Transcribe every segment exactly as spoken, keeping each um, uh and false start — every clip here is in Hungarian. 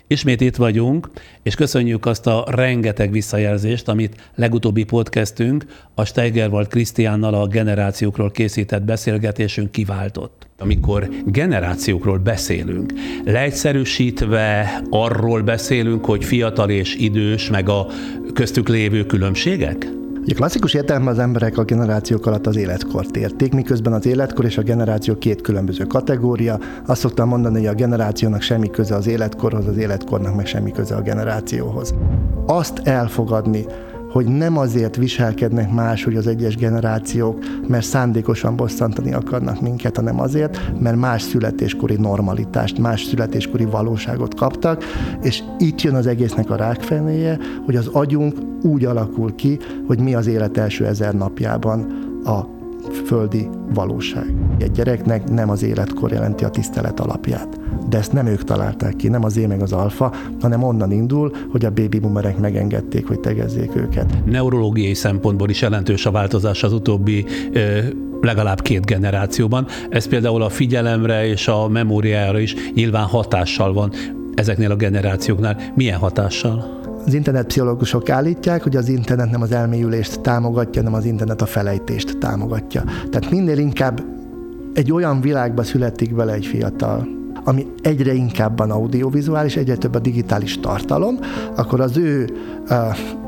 Ismét itt vagyunk, és köszönjük azt a rengeteg visszajelzést, amit legutóbbi podcastünk, a Steigerwald Krisztiánnal a generációkról készített beszélgetésünk kiváltott. Amikor generációkról beszélünk, leegyszerűsítve arról beszélünk, hogy fiatal és idős, meg a köztük lévő különbségek? A klasszikus értelemben az emberek a generációk alatt az életkort érték, miközben az életkor és a generáció két különböző kategória. Azt szoktam mondani, hogy a generációnak semmi köze az életkorhoz, az életkornak meg semmi köze a generációhoz. Azt elfogadni, hogy nem azért viselkednek máshogy az egyes generációk, mert szándékosan bosszantani akarnak minket, hanem azért, mert más születéskori normalitást, más születéskori valóságot kaptak, és itt jön az egésznek a rákfenéje, hogy az agyunk úgy alakul ki, hogy mi az élet első ezer napjában a földi valóság. Egy gyereknek nem az életkor jelenti a tisztelet alapját. De ezt nem ők találták ki, nem az én meg az alfa, hanem onnan indul, hogy a baby boomerek megengedték, hogy tegezzék őket. Neurológiai szempontból is jelentős a változás az utóbbi ö, legalább két generációban. Ez például a figyelemre és a memóriára is nyilván hatással van ezeknél a generációknál. Milyen hatással? Az internetpszichológusok állítják, hogy az internet nem az elmélyülést támogatja, hanem az internet a felejtést támogatja. Tehát minél inkább egy olyan világba születik bele egy fiatal, ami egyre inkább van audiovizuális, egyre több a digitális tartalom, akkor az ő uh,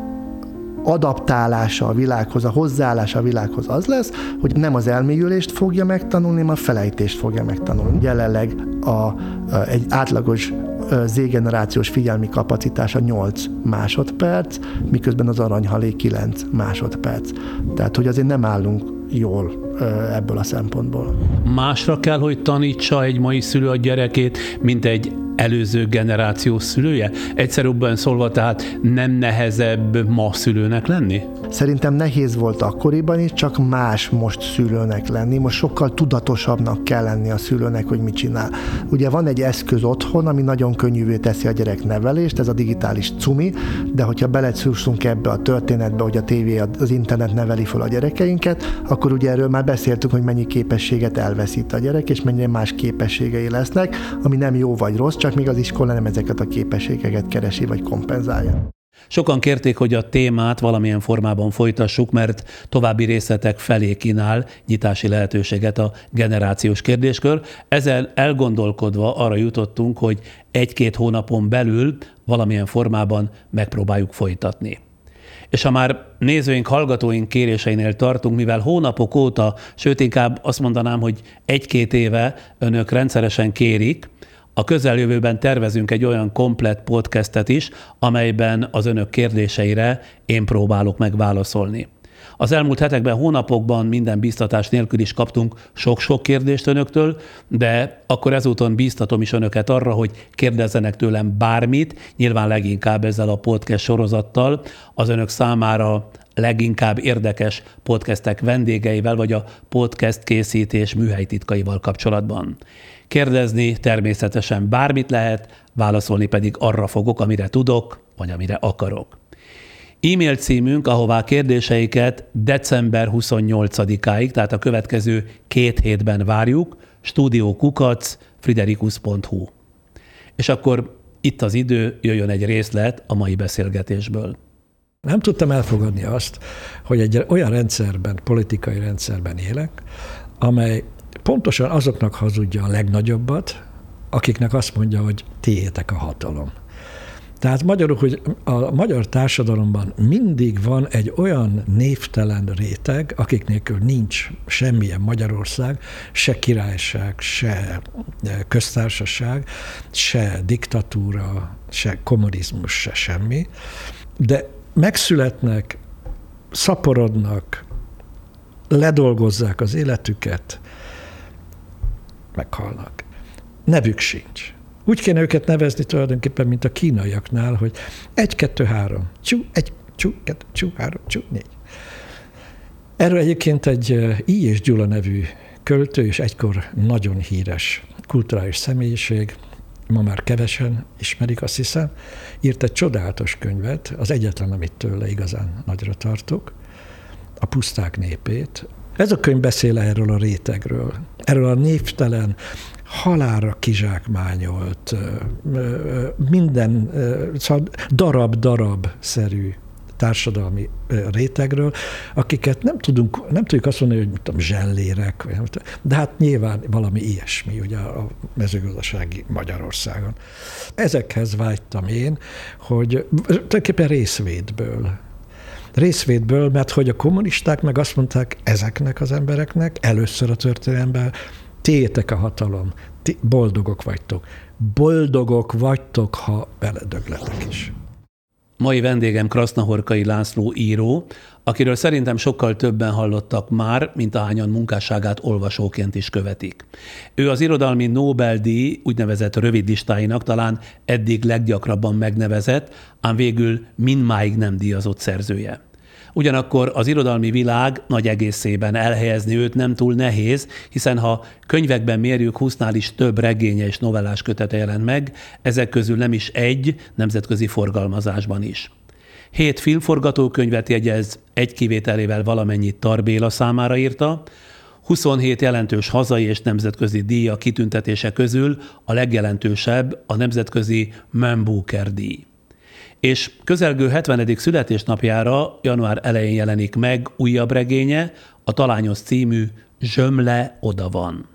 adaptálása a világhoz, a hozzáállása a világhoz az lesz, hogy nem az elmélyülést fogja megtanulni, hanem a felejtést fogja megtanulni. Jelenleg a, a, egy átlagos Z-generációs figyelmi kapacitása nyolc másodperc, miközben az aranyhalé kilenc másodperc. Tehát, hogy azért nem állunk jól ebből a szempontból. Másra kell, hogy tanítsa egy mai szülő a gyerekét, mint egy előző generációs szülője? Egyszerűbben szólva, tehát nem nehezebb ma szülőnek lenni? Szerintem nehéz volt akkoriban is, csak más most szülőnek lenni. Most sokkal tudatosabbnak kell lenni a szülőnek, hogy mit csinál. Ugye van egy eszköz otthon, ami nagyon könnyűvé teszi a gyerek nevelést, ez a digitális cumi, de hogyha belecúszunk ebbe a történetbe, hogy a tévé, az internet neveli fel a gyerekeinket, akkor ugye erről már beszéltük, hogy mennyi képességet elveszít a gyerek, és mennyire más képességei lesznek, ami nem jó vagy rossz, csak még az iskola nem ezeket a képességeket keresi vagy kompenzálja. Sokan kérték, hogy a témát valamilyen formában folytassuk, mert további részletek felé kínál nyitási lehetőséget a generációs kérdéskör. Ezzel elgondolkodva arra jutottunk, hogy egy-két hónapon belül valamilyen formában megpróbáljuk folytatni. És ha már nézőink, hallgatóink kéréseinél tartunk, mivel hónapok óta, sőt inkább azt mondanám, hogy egy-két éve önök rendszeresen kérik, a közeljövőben tervezünk egy olyan komplett podcastet is, amelyben az önök kérdéseire én próbálok megválaszolni. Az elmúlt hetekben, hónapokban minden bíztatás nélkül is kaptunk sok-sok kérdést önöktől, de akkor ezúton bíztatom is önöket arra, hogy kérdezzenek tőlem bármit, nyilván leginkább ezzel a podcast sorozattal, az önök számára leginkább érdekes podcastek vendégeivel, vagy a podcast készítés műhelytitkaival kapcsolatban. Kérdezni természetesen bármit lehet, válaszolni pedig arra fogok, amire tudok, vagy amire akarok. E-mail címünk, ahová kérdéseiket december huszonnyolcadikáig, tehát a következő két hétben várjuk, stúdiókukac friderikus pont hu. És akkor itt az idő, jöjjön egy részlet a mai beszélgetésből. Nem tudtam elfogadni azt, hogy egy olyan rendszerben, politikai rendszerben élek, amely pontosan azoknak hazudja a legnagyobbat, akiknek azt mondja, hogy tiétek a hatalom. Tehát magyarul, hogy a magyar társadalomban mindig van egy olyan névtelen réteg, akik nélkül nincs semmilyen Magyarország, se királyság, se köztársaság, se diktatúra, se kommunizmus, se semmi, de megszületnek, szaporodnak, ledolgozzák az életüket, meghalnak. Nevük sincs. Úgy kéne őket nevezni tulajdonképpen, mint a kínaiaknál, hogy egy, kettő, három, csú, egy, csú, kettő, csú, három, csú, négy. Erről egyébként egy I. és Gyula nevű költő, és egykor nagyon híres kulturális személyiség, ma már kevesen ismerik, azt hiszem, írt egy csodálatos könyvet, az egyetlen, amit tőle igazán nagyra tartok, A puszták népét. Ez a könyv beszél erről a rétegről, erről a névtelen, halálra kizsákmányolt, minden szóval darab-darab-szerű társadalmi rétegről, akiket nem tudunk, nem tudjuk azt mondani, hogy mit tudom, zsellérek, de hát nyilván valami ilyesmi ugye a mezőgazdasági Magyarországon. Ezekhez vágytam én, hogy tulajdonképpen részvétből. Részvétből, mert hogy a kommunisták meg azt mondták ezeknek az embereknek először a történelemben, tiétek a hatalom, ti boldogok vagytok. Boldogok vagytok, ha beledögletek is. Mai vendégem Krasznahorkai László író, akiről szerintem sokkal többen hallottak már, mint ahányan munkásságát olvasóként is követik. Ő az irodalmi Nobel-díj úgynevezett rövid listáinak talán eddig leggyakrabban megnevezett, ám végül mindmáig nem díjazott szerzője. Ugyanakkor az irodalmi világ nagy egészében elhelyezni őt nem túl nehéz, hiszen ha könyvekben mérjük, húsznál is több regénye és novellás kötete jelent meg, ezek közül nem is egy nemzetközi forgalmazásban is. Hét filmforgatókönyvet jegyez, egy kivételével valamennyit Tar Béla számára írta, huszonhét jelentős hazai és nemzetközi díja kitüntetése közül a legjelentősebb a nemzetközi Man Booker-díj. És közelgő hetvenedik születésnapjára január elején jelenik meg újabb regénye, a talányos című Zsömle oda van.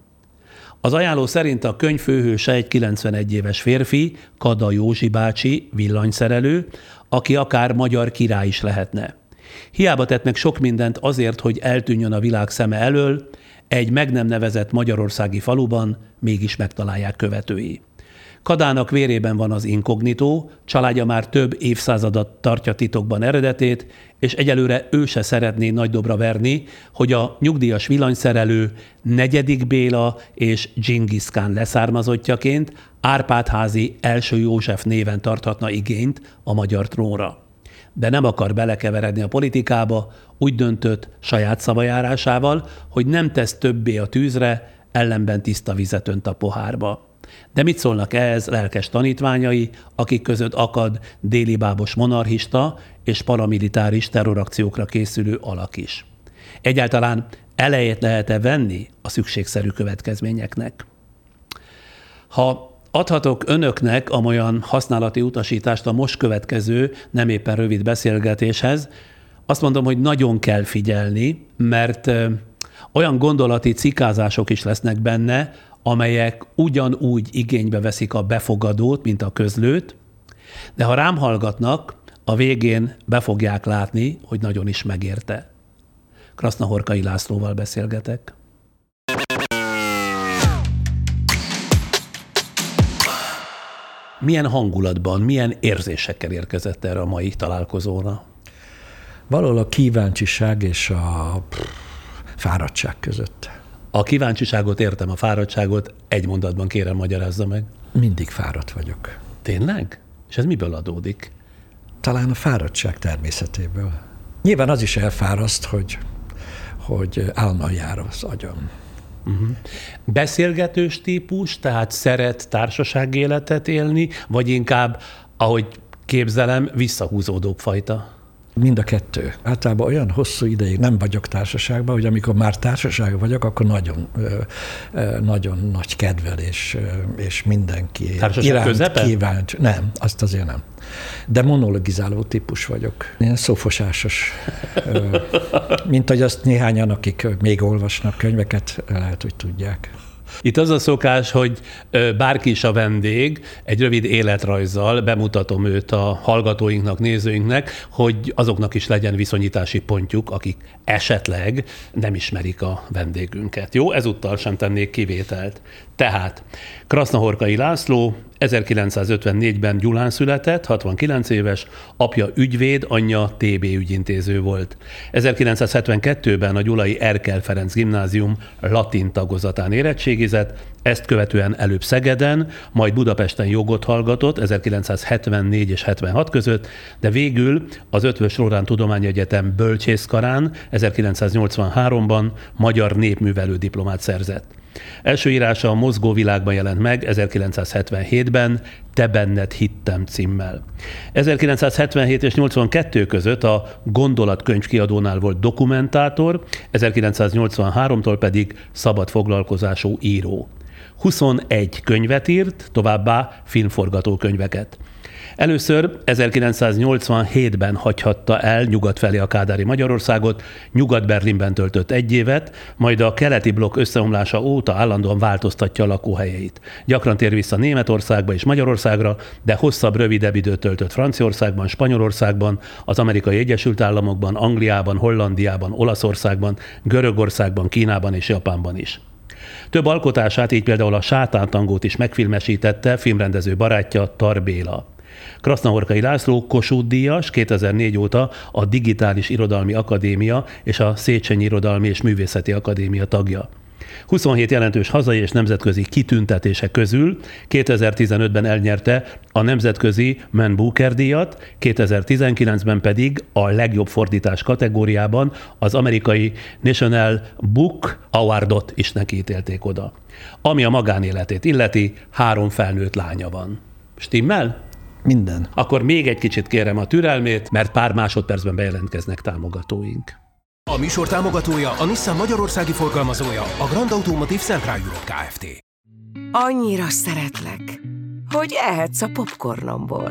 Az ajánló szerint a könyv főhőse egy kilencvenegy éves férfi, Kada Józsi bácsi, villanyszerelő, aki akár magyar király is lehetne. Hiába tett meg sok mindent azért, hogy eltűnjön a világ szeme elől, egy meg nem nevezett magyarországi faluban mégis megtalálják követői. Kadának vérében van az inkognitó, családja már több évszázadat tartja titokban eredetét, és egyelőre ő se szeretné nagy dobra verni, hogy a nyugdíjas villanyszerelő negyedik Béla és Dzsingisz Kán leszármazottjaként Árpád-házi első József néven tarthatna igényt a magyar trónra. De nem akar belekeveredni a politikába, úgy döntött saját szavajárásával, hogy nem tesz többé a tűzre, ellenben tiszta vizet önt a pohárba. De mit szólnak ehhez lelkes tanítványai, akik között akad délibábos monarchista és paramilitáris terrorakciókra készülő alak is? Egyáltalán elejét lehet-e venni a szükségszerű következményeknek? Ha adhatok önöknek amolyan használati utasítást a most következő, nem éppen rövid beszélgetéshez, azt mondom, hogy nagyon kell figyelni, mert olyan gondolati cikázások is lesznek benne, amelyek ugyanúgy igénybe veszik a befogadót, mint a közlőt, de ha rám hallgatnak, a végén be fogják látni, hogy nagyon is megérte. Krasznahorkai Lászlóval beszélgetek. Milyen hangulatban, milyen érzésekkel érkezett erre a mai találkozóra? Valahol a kíváncsiság és a fáradtság között. A kíváncsiságot értem, a fáradtságot egy mondatban kérem, magyarázza meg. Mindig fáradt vagyok. Tényleg? És ez miből adódik? Talán a fáradtság természetéből. Nyilván az is elfáraszt, hogy, hogy álmmal jár az agyam. Uh-huh. Beszélgetős típus, tehát szeret társasági életet élni, vagy inkább, ahogy képzelem, visszahúzódóbb fajta? Mind a kettő. Általában olyan hosszú ideig nem vagyok társaságban, hogy amikor már társaságban vagyok, akkor nagyon, nagyon nagy kedvel, és, és mindenki iránt kíváncsi. Nem, azt azért nem. De monologizáló típus vagyok. Ilyen szófosásos. Mint hogy azt néhányan, akik még olvasnak könyveket, lehet, hogy tudják. Itt az a szokás, hogy bárki is a vendég, egy rövid életrajzzal bemutatom őt a hallgatóinknak, nézőinknek, hogy azoknak is legyen viszonyítási pontjuk, akik esetleg nem ismerik a vendégünket. Jó, ezúttal sem tennék kivételt. Tehát Krasznahorkai László ezerkilencszázötvennégyben Gyulán született, hatvankilenc éves, apja ügyvéd, anyja té bé ügyintéző volt. ezerkilencszázhetvenkettőben a gyulai Erkel Ferenc gimnázium latin tagozatán érettségizett, ezt követően előbb Szegeden, majd Budapesten jogot hallgatott ezerkilencszázhetvennégy és hetvenhat között, de végül az Eötvös Loránd Tudományegyetem bölcsészkarán ezerkilencszáznyolcvanháromban magyar népművelő diplomát szerzett. Első írása a Mozgó világban jelent meg ezerkilencszázhetvenhétben, Te benned hittem címmel. ezerkilencszázhetvenhét és nyolcvankettő között a Gondolat könyvkiadónál volt dokumentátor, ezerkilencszáznyolcvanháromtól pedig szabad foglalkozású író. huszonegy könyvet írt, továbbá filmforgatókönyveket. Először ezerkilencszáznyolcvanhétben hagyhatta el nyugat felé a kádári Magyarországot, Nyugat-Berlinben töltött egy évet, majd a keleti blokk összeomlása óta állandóan változtatja a lakóhelyeit. Gyakran tér vissza Németországba és Magyarországra, de hosszabb, rövidebb időt töltött Franciaországban, Spanyolországban, az Amerikai Egyesült Államokban, Angliában, Hollandiában, Olaszországban, Görögországban, Kínában és Japánban is. Több alkotását, így például a Sátántangót is megfilmesítette filmrendező barátja, Tar Béla. Krasznahorkai László Kossuth-díjas, kétezer-négy óta a Digitális Irodalmi Akadémia és a Széchenyi Irodalmi és Művészeti Akadémia tagja. huszonhét jelentős hazai és nemzetközi kitüntetése közül kétezer-tizenötben elnyerte a nemzetközi Man Booker-díjat, kétezer-tizenkilencben pedig a legjobb fordítás kategóriában az amerikai National Book Awardot is neki ítélték oda. Ami a magánéletét illeti, három felnőtt lánya van. Stimmel? Minden. Akkor még egy kicsit kérem a türelmét, mert pár másodpercben bejelentkeznek támogatóink. A műsor támogatója a Nissan magyarországi forgalmazója, a Grand Automotive Central Europe Kft. Annyira szeretlek, hogy ehetsz a popcornomból.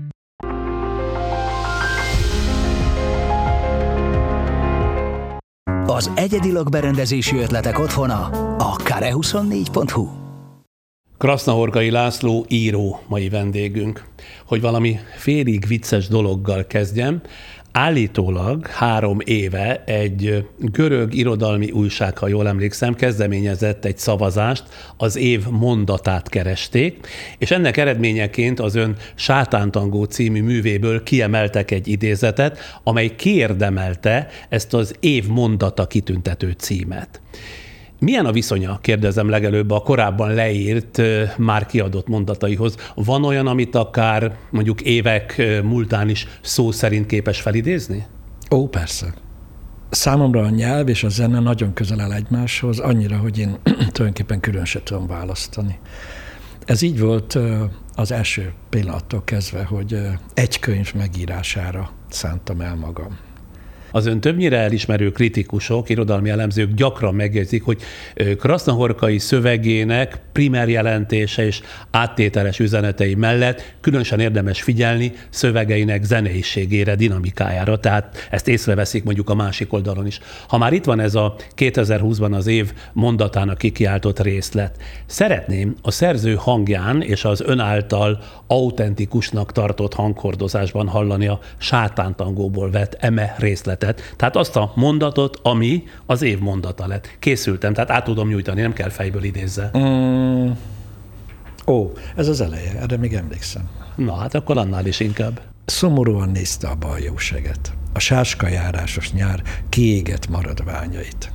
Az egyedi lakberendezési ötletek otthona a kare huszonnégy pont hu. Krasznahorkai László író mai vendégünk. Hogy valami félig vicces dologgal kezdjem, állítólag három éve egy görög irodalmi újság, ha jól emlékszem, kezdeményezett egy szavazást, az év mondatát keresték, és ennek eredményeként az ön Sátántangó című művéből kiemeltek egy idézetet, amely kiérdemelte ezt az év mondata kitüntető címet. Milyen a viszonya, kérdezem legelőbb, a korábban leírt, már kiadott mondataihoz? Van olyan, amit akár mondjuk évek múltán is szó szerint képes felidézni? Ó, persze. Számomra a nyelv és a zene nagyon közel áll egymáshoz, annyira, hogy én tulajdonképpen külön se tudom választani. Ez így volt az első pillanattól kezdve, hogy egy könyv megírására szántam el magam. Az ön többnyire elismerő kritikusok, irodalmi elemzők gyakran megjegyzik, hogy Krasznahorkai szövegének primer jelentése és áttételes üzenetei mellett különösen érdemes figyelni szövegeinek zeneiségére, dinamikájára, tehát ezt észreveszik mondjuk a másik oldalon is. Ha már itt van ez a kétezer-húszban az év mondatának kikiáltott részlet, szeretném a szerző hangján és az ön által autentikusnak tartott hanghordozásban hallani a Sátántangóból vett eme részlet. Tehát azt a mondatot, ami az év mondata lett. Készültem, tehát át tudom nyújtani, nem kell fejből idézze. Mm. Ó, ez az eleje, erre még emlékszem. Na hát akkor annál is inkább. Szomorúan nézte a baljóseget, a sáskajárásos nyár kiégett maradványait.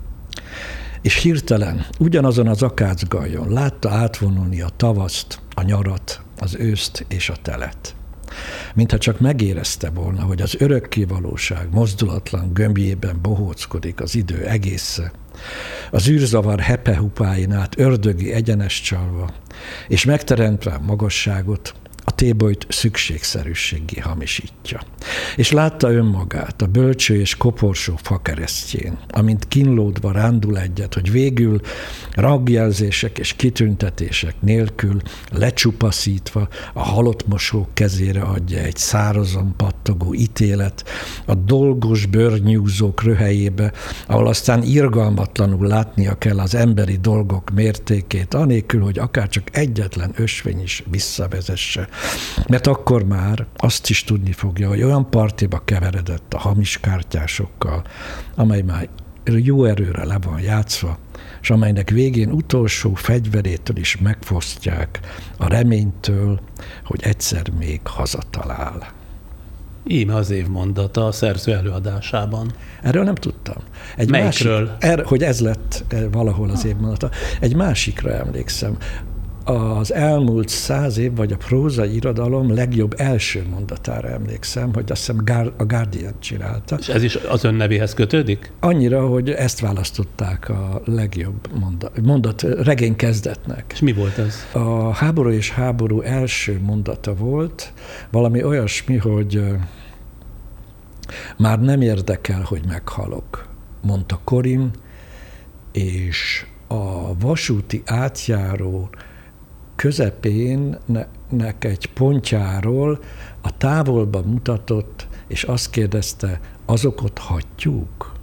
És hirtelen, ugyanazon az akácgaljon látta átvonulni a tavaszt, a nyarat, az őszt és a telet. Mintha csak megérezte volna, hogy az örökkévalóság mozdulatlan gömbjében bohóckodik az idő egésze, az űrzavar hepehupáin át ördögi egyenes csalva, és megteremtve a magasságot, a tébolyt szükségszerűséggé hamisítja. És látta önmagát a bölcső és koporsó fakeresztjén, amint kínlódva rándul egyet, hogy végül rangjelzések és kitüntetések nélkül lecsupaszítva a halottmosók kezére adja egy szárazon pattogó ítélet a dolgos bőrnyúzók röhelyébe, ahol aztán irgalmatlanul látnia kell az emberi dolgok mértékét, anélkül, hogy akárcsak egyetlen ösvény is visszavezesse. Mert akkor már azt is tudni fogja, hogy olyan partiba keveredett a hamis kártyásokkal, amely már jó erőre le van játszva, és amelynek végén utolsó fegyverétől is megfosztják a reménytől, hogy egyszer még hazatalál. Íme az év mondata a szerző előadásában. Erről nem tudtam. Egy Melyikről? Másik, er, hogy ez lett valahol az év mondata. Egy másikra emlékszem. Az elmúlt száz év, vagy a prózai irodalom legjobb első mondatára emlékszem, hogy azt hiszem a Guardian csinálta. És ez is az ön nevéhez kötődik? Annyira, hogy ezt választották a legjobb mondat, mondat regény kezdetnek. És mi volt ez? A Háború és háború első mondata volt, valami olyasmi, hogy már nem érdekel, hogy meghalok, mondta Corinne, és a vasúti átjáró közepénnek egy pontjáról a távolba mutatott, és azt kérdezte, azok ott hagyjuk?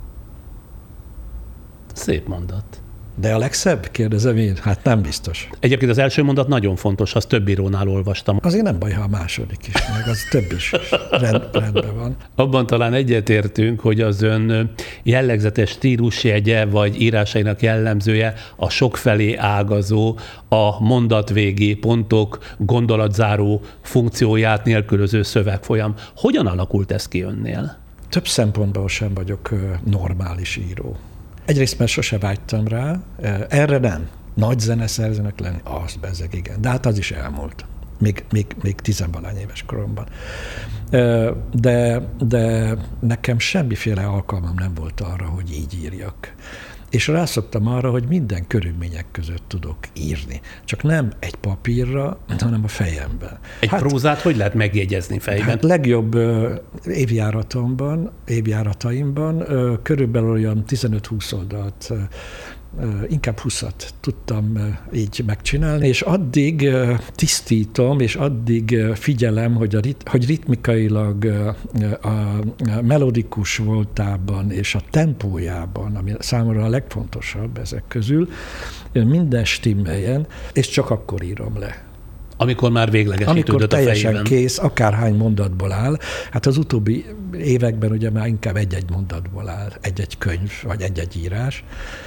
Szép mondat. De a legszebb? Kérdezem én. Hát nem biztos. Egyébként az első mondat nagyon fontos, azt több írónál olvastam. Azért nem baj, ha a második is, meg az több is rend, rendben van. Abban talán egyetértünk, hogy az ön jellegzetes stílusjegye, vagy írásainak jellemzője a sokfelé ágazó, a mondatvégi pontok, gondolatzáró funkcióját nélkülöző szövegfolyam. Hogyan alakult ez ki önnél? Több szempontból sem vagyok normális író. Egyrészt, mert sose vágytam rá, erre nem. Nagy zeneszerzőnek lenni, az bezzeg, igen. De hát az is elmúlt. Még, még, még tizenvalány éves koromban. De, de nekem semmiféle alkalmam nem volt arra, hogy így írjak. És rászoktam arra, hogy minden körülmények között tudok írni. Csak nem egy papírra, hanem a fejemben. Egy hát, prózát hogy lehet megjegyezni fejben? Hát legjobb uh, évjáratomban, évjárataimban uh, körülbelül olyan tizenöt-húsz oldalt, uh, uh, inkább húszat tudtam uh, így megcsinálni, és addig uh, tisztítom, és addig uh, figyelem, hogy, a rit- hogy ritmikailag uh, a melodikus voltában és a tempójában, ami számomra a legfontosabb ezek közül, minden stimmeljen, és csak akkor írom le. Amikor már véglegesítődött a fejében. Amikor teljesen kész, akárhány mondatból áll. Hát az utóbbi években ugye már inkább egy-egy mondatból áll, egy-egy könyv, vagy egy-egy írás.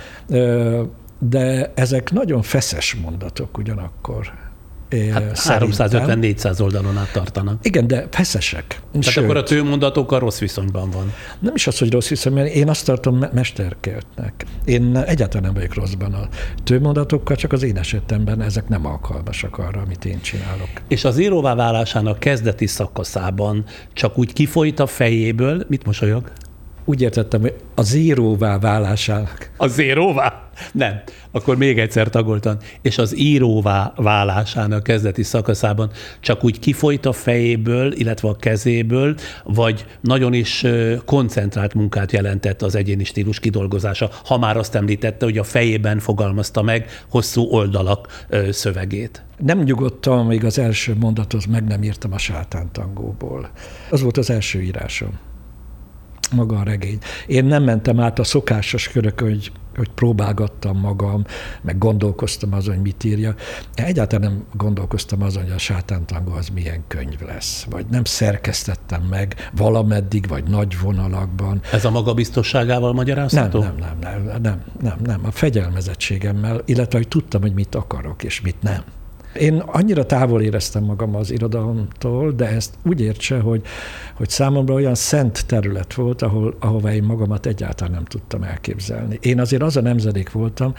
De ezek nagyon feszes mondatok ugyanakkor. Hát háromszázötven-négyszáz oldalon át tartanak. Igen, de feszesek. Tehát Sőt, akkor a tőmondatok a rossz viszonyban van. Nem is az, hogy rossz viszonyban, én azt tartom mesterkeltnek. Én egyáltalán nem vagyok rosszban a tőmondatokkal, csak az én esetemben ezek nem alkalmasak arra, amit én csinálok. És az íróvá válásának kezdeti szakaszában csak úgy kifolyt a fejéből, mit mosolyog? Úgy értettem, hogy a zéróvá válásának. A zéróvá? Nem. Akkor még egyszer tagoltan. És az íróvá válásának kezdeti szakaszában csak úgy kifolyt a fejéből, illetve a kezéből, vagy nagyon is koncentrált munkát jelentett az egyéni stílus kidolgozása, ha már azt említette, hogy a fejében fogalmazta meg hosszú oldalak szövegét. Nem nyugodtam, amíg az első mondatot meg nem írtam a sátántangóból. Az volt az első írásom. Maga a regény. Én nem mentem át a szokásos körökön, hogy, hogy próbálgattam magam, meg gondolkoztam azon, hogy mit írja. Egyáltalán nem gondolkoztam azon, hogy a sátántangó az milyen könyv lesz. Vagy nem szerkesztettem meg valameddig, vagy nagy vonalakban. Ez a magabiztosságával magyarázható? Nem, nem, nem, nem, nem, nem, nem. A fegyelmezettségemmel, illetve hogy tudtam, hogy mit akarok, és mit nem. Én annyira távol éreztem magam az irodalomtól, de ezt úgy értse, hogy, hogy számomra olyan szent terület volt, ahol, ahová én magamat egyáltalán nem tudtam elképzelni. Én azért az a nemzedék voltam,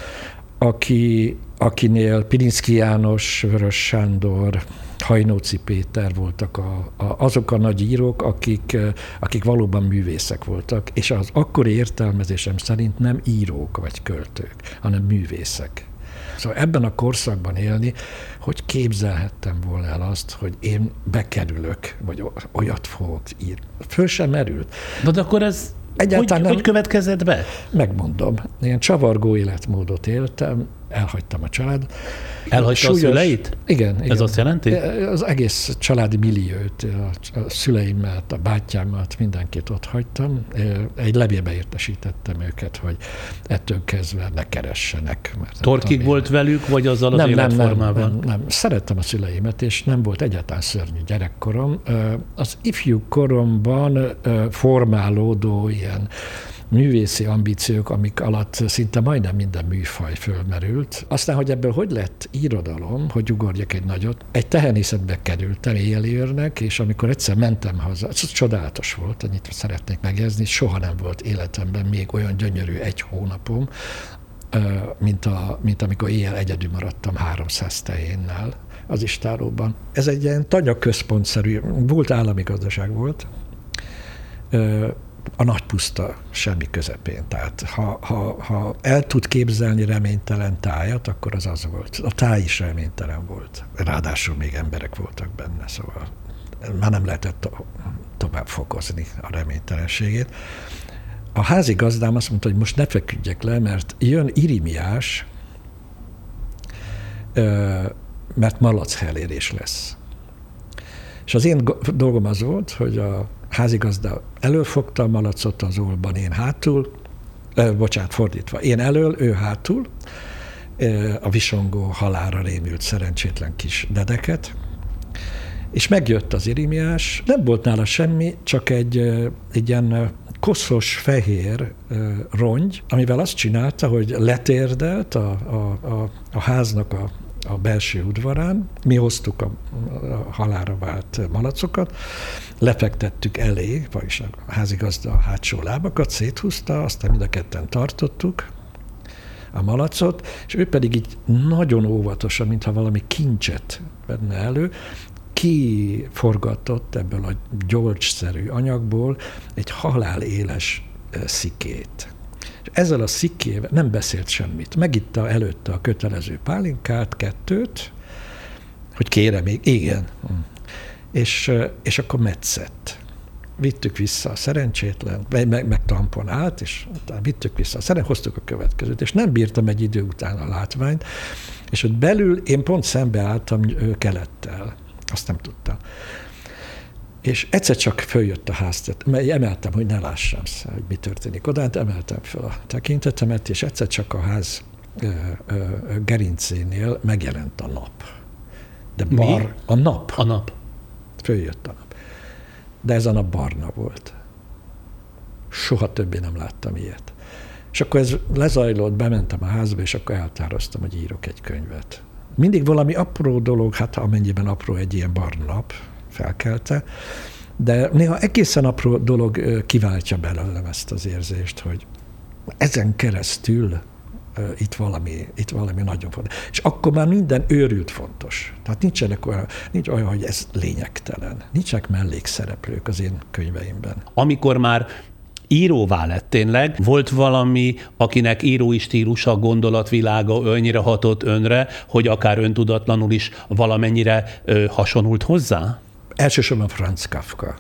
aki, akinél Pilinszky János, Vörös Sándor, Hajnóci Péter voltak a, a, azok a nagy írók, akik, akik valóban művészek voltak, és az akkori értelmezésem szerint nem írók vagy költők, hanem művészek. Szóval ebben a korszakban élni, hogy képzelhettem volna el azt, hogy én bekerülök, vagy olyat fogok írni. Föl sem merült. Na de akkor ez egyáltalán hogy, nem, hogy következett be? Megmondom. Ilyen csavargó életmódot éltem, elhagytam a család. Elhagyta Súlyos, a szüleit? Igen, igen. Ez azt jelenti? Az egész családi milliót, a szüleimet, a bátyámat, mindenkit ott hagytam. Egy levélbe értesítettem őket, hogy ettől kezdve ne keressenek. Mert Torkig volt velük, vagy azzal az nem, életformával? Nem, nem, nem. Szerettem a szüleimet, és nem volt egyáltalán szörnyű gyerekkorom. Az ifjú koromban formálódó ilyen művészi ambíciók, amik alatt szinte majdnem minden műfaj fölmerült. Aztán, hogy ebből hogy lett irodalom, hogy ugorjak egy nagyot, egy tehenészetbe kerültem éjjelőrnek, és amikor egyszer mentem haza, ez csodálatos volt, annyit szeretnék megjegyezni, soha nem volt életemben még olyan gyönyörű egy hónapom, mint, a, mint amikor éjjel egyedül maradtam háromszáz tehénnel az istállóban. Ez egy ilyen tanyaközpontszerű, volt állami gazdaság volt, a nagy puszta semmi közepén. Tehát ha, ha, ha el tud képzelni reménytelen tájat, akkor az az volt. A táj is reménytelen volt. Ráadásul még emberek voltak benne, szóval már nem lehetett to- tovább fokozni a reménytelenségét. A házigazdám azt mondta, hogy most ne feküdjek le, mert jön Irimiás, mert malachelérés lesz. És az én dolgom az volt, hogy a házigazda előfogta a malacot az ólban, én hátul, eh, bocsánat, fordítva, én elől, ő hátul, eh, a visongó halálra rémült szerencsétlen kis dedeket, és megjött az Irimiás, nem volt nála semmi, csak egy, egy ilyen koszos, fehér rongy, amivel azt csinálta, hogy letérdelt a, a, a, a háznak a, a belső udvarán, mi hoztuk a, a halálra vált malacokat, lefektettük elé, vagyis a házigazda a hátsó lábakat, széthúzta, aztán mind a ketten tartottuk a malacot, és ő pedig így nagyon óvatosan, mintha valami kincset venne elő, kiforgatott ebből a gyolcsszerű anyagból egy haláléles szikét. És ezzel a szikével nem beszélt semmit. Megitta előtte a kötelező pálinkát, kettőt, hogy kérem még, igen. És, és akkor metszett. Vittük vissza a szerencsétlen, meg, meg tamponált, és vittük vissza a szerencsétlen, hoztuk a következőt, és nem bírtam egy idő után a látványt, és ott belül én pont szembe álltam kelettel. Azt nem tudtam. És egyszer csak följött a ház, mert emeltem, hogy ne lássam, hogy mi történik oda, hát emeltem fel a tekintetemet, és egyszer csak a ház ö, ö, gerincénél megjelent a nap. De bar, mi? A nap. A nap. Följött a nap. De ez a nap barna volt. Soha többé nem láttam ilyet. És akkor ez lezajlott, bementem a házba, és akkor eltároztam, hogy írok egy könyvet. Mindig valami apró dolog, hát amennyiben apró egy ilyen barna nap felkelte, de néha egészen apró dolog kiváltja belőlem ezt az érzést, hogy ezen keresztül itt valami, itt valami nagyon fontos. És akkor már minden őrült fontos. Tehát nincsenek olyan, nincs olyan, hogy ez lényegtelen. Nincsenek mellékszereplők az én könyveimben. Amikor már íróvá lett tényleg, volt valami, akinek írói stílusa, gondolatvilága olyannyira hatott önre, hogy akár öntudatlanul is valamennyire ö, hasonult hozzá? Elsősorban Franz Kafka.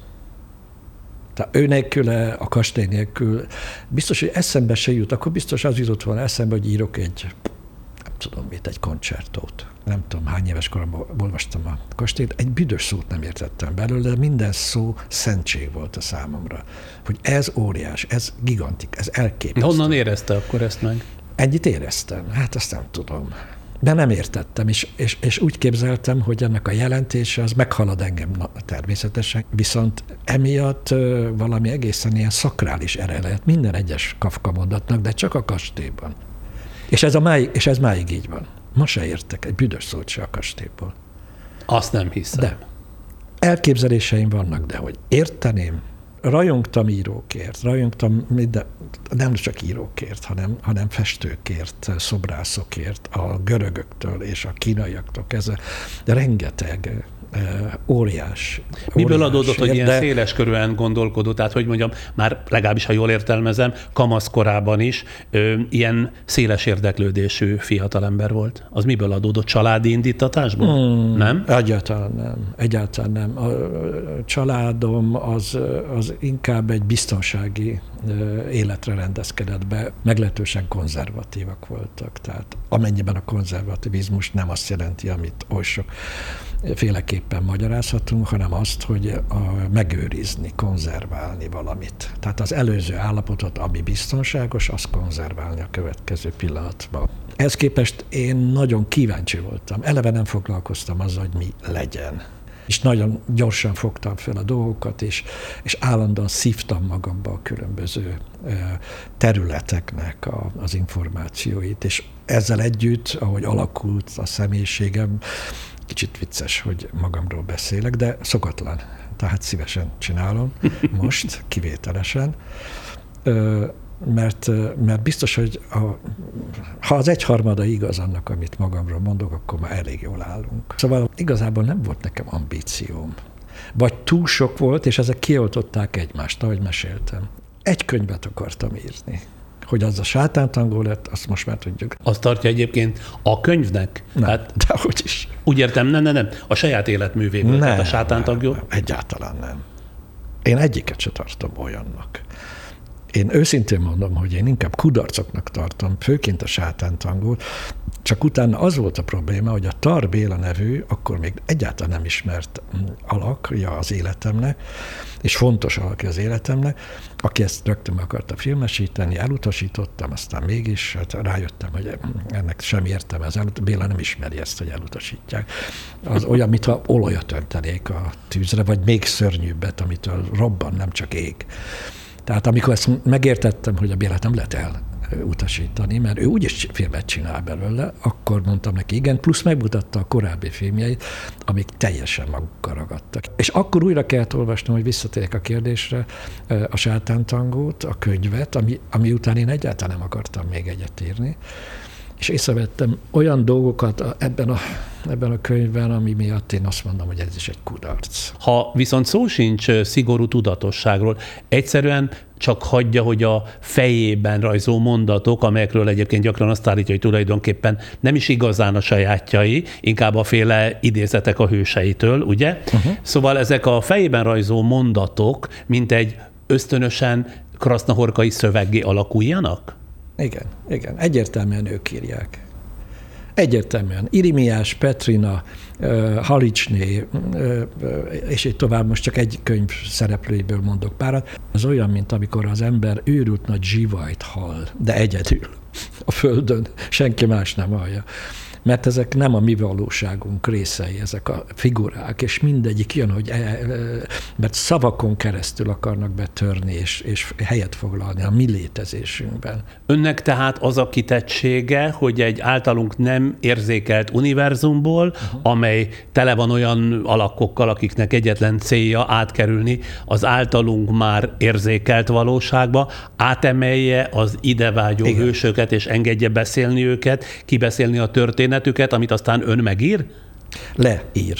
Tehát ő nélküle, a kastély nélkül, biztos, hogy eszembe se jut, akkor biztos az jutott volna eszembe, hogy írok egy, nem tudom mit, egy koncertót. Nem tudom, hány éves koromban olvastam a kastélyt, egy büdös szót nem értettem belőle, de minden szó szentség volt a számomra. Hogy ez óriás, ez gigantik, ez elképesztő. Honnan érezte akkor ezt meg? Ennyit éreztem, hát azt nem tudom. De nem értettem, és, és, és úgy képzeltem, hogy ennek a jelentése az meghalad engem na, természetesen, viszont emiatt ö, valami egészen ilyen szakrális eredet minden egyes Kafka mondatnak, de csak a kastélyban. És ez, a máig, és ez máig így van. Ma se értek egy büdös szót se a kastélyból. Azt nem hiszem. De elképzeléseim vannak, de hogy érteném, rajongtam írókért, rajongtam minden, nem csak írókért, hanem, hanem festőkért, szobrászokért, a görögöktől és a kínaiaktól kezdve, de rengeteg óriás. Miből óriás adódott, hogy ilyen de... széles körűen gondolkodott, tehát hogy mondjam, már legalábbis, ha jól értelmezem, kamaszkorában is ö, ilyen széles érdeklődésű fiatalember volt? Az miből adódott? Családi indítatásból? Hmm, nem? Egyáltalán nem. Egyáltalán nem. A családom az, az inkább egy biztonsági életre rendezkedett be. Meglehetősen konzervatívak voltak. Tehát amennyiben a konzervativizmus nem azt jelenti, amit oly sok féleképpen magyarázhatunk, hanem azt, hogy a, megőrizni, konzerválni valamit. Tehát az előző állapotot, ami biztonságos, azt konzerválni a következő pillanatban. Ehhez képest én nagyon kíváncsi voltam. Eleve nem foglalkoztam azzal, hogy mi legyen. És nagyon gyorsan fogtam fel a dolgokat, és, és állandóan szívtam magamba a különböző területeknek a, az információit. És ezzel együtt, ahogy alakult a személyiségem, kicsit vicces, hogy magamról beszélek, de szokatlan. Tehát szívesen csinálom most, kivételesen. Mert, mert biztos, hogy a, ha az egyharmada igaz annak, amit magamról mondok, akkor már elég jól állunk. Szóval igazából nem volt nekem ambícióm. Vagy túl sok volt, és ezek kioltották egymást, ahogy meséltem. Egy könyvet akartam írni. Hogy az a sátántangó lett, azt most már tudjuk. Azt tartja egyébként a könyvnek? Nem, hát, dehogy is. Úgy értem, nem, nem, nem. A saját életművéből, tehát a sátántangó? Nem, egyáltalán nem. Én egyiket se tartom olyannak. Én őszintén mondom, hogy én inkább kudarcoknak tartom, főként a sátántangót, csak utána az volt a probléma, hogy a Tar Béla nevű, akkor még egyáltalán nem ismert alakja az életemnek, és fontos alakja az életemnek, aki ezt rögtön akarta filmesíteni, elutasítottam, aztán mégis hát rájöttem, hogy ennek sem értem, az elut- Béla nem ismeri ezt, hogy elutasítják. Az olyan, mintha olajat öntenék a tűzre, vagy még szörnyűbbet, amitől robban, nem csak ég. Tehát amikor ezt megértettem, hogy a Bélát nem lehet elutasítani, mert ő úgyis filmet csinál belőle, akkor mondtam neki igen, plusz megmutatta a korábbi filmjeit, amik teljesen magukkal ragadtak. És akkor újra kellett olvasnom, hogy visszatérjek a kérdésre, a Sátántangót, a könyvet, ami, ami után én egyáltalán nem akartam még egyet írni, és észrevettem olyan dolgokat ebben a, ebben a könyvben, ami miatt én azt mondom, hogy ez is egy kudarc. Ha viszont szó sincs szigorú tudatosságról, egyszerűen csak hagyja, hogy a fejében rajzó mondatok, amelyekről egyébként gyakran azt állítja, hogy tulajdonképpen nem is igazán a sajátjai, inkább a féle idézetek a hőseitől, ugye? Uh-huh. Szóval ezek a fejében rajzó mondatok, mint egy ösztönösen krasznahorkai szöveggé alakuljanak? Igen, igen. Egyértelműen ők írják. Egyértelműen. Irimiás, Petrina, Halicsné, és így tovább, most csak egy könyv szereplőiből mondok párat. Ez olyan, mint amikor az ember őrült nagy zsivajt hall, de egyedül a földön, senki más nem hallja. Mert ezek nem a mi valóságunk részei, ezek a figurák, és mindegyik jön, hogy e, mert szavakon keresztül akarnak betörni, és, és helyet foglalni a mi létezésünkben. Önnek tehát az a kitettsége, hogy egy általunk nem érzékelt univerzumból, uh-huh. amely tele van olyan alakokkal, akiknek egyetlen célja átkerülni az általunk már érzékelt valóságba, átemelje az idevágyó Igen. hősöket, és engedje beszélni őket, kibeszélni a történetet, amit aztán ön megír? Leír.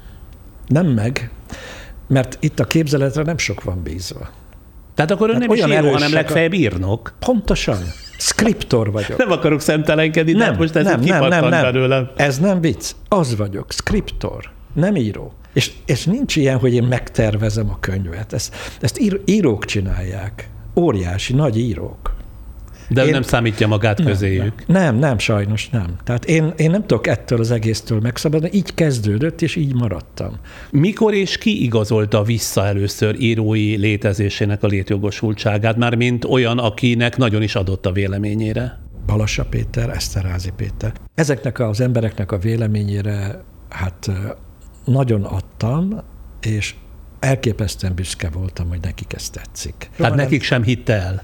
Nem meg, mert itt a képzeletre nem sok van bízva. Tehát akkor ön hát nem is író, hanem legfeljebb írnok? Pontosan. Skriptor vagyok. Nem akarok szemtelenkedni, nem, de most ez nem, kipattant nem, nem, belőlem. Ez nem vicc. Az vagyok. Skriptor. Nem író. És, és nincs ilyen, hogy én megtervezem a könyvet. Ezt, ezt ír, írók csinálják. Óriási, nagy írók. De ő én, nem számítja magát nem, közéjük. Nem, nem, nem, sajnos nem. Tehát én, én nem tudok ettől az egésztől megszabadulni, így kezdődött, és így maradtam. Mikor és ki igazolta vissza először írói létezésének a létjogosultságát, már mint olyan, akinek nagyon is adott a véleményére? Balassa Péter, Eszterházy Péter. Ezeknek az embereknek a véleményére hát nagyon adtam, és elképesztően büszke voltam, hogy nekik ez tetszik. Tehát nekik nem... sem hitte el?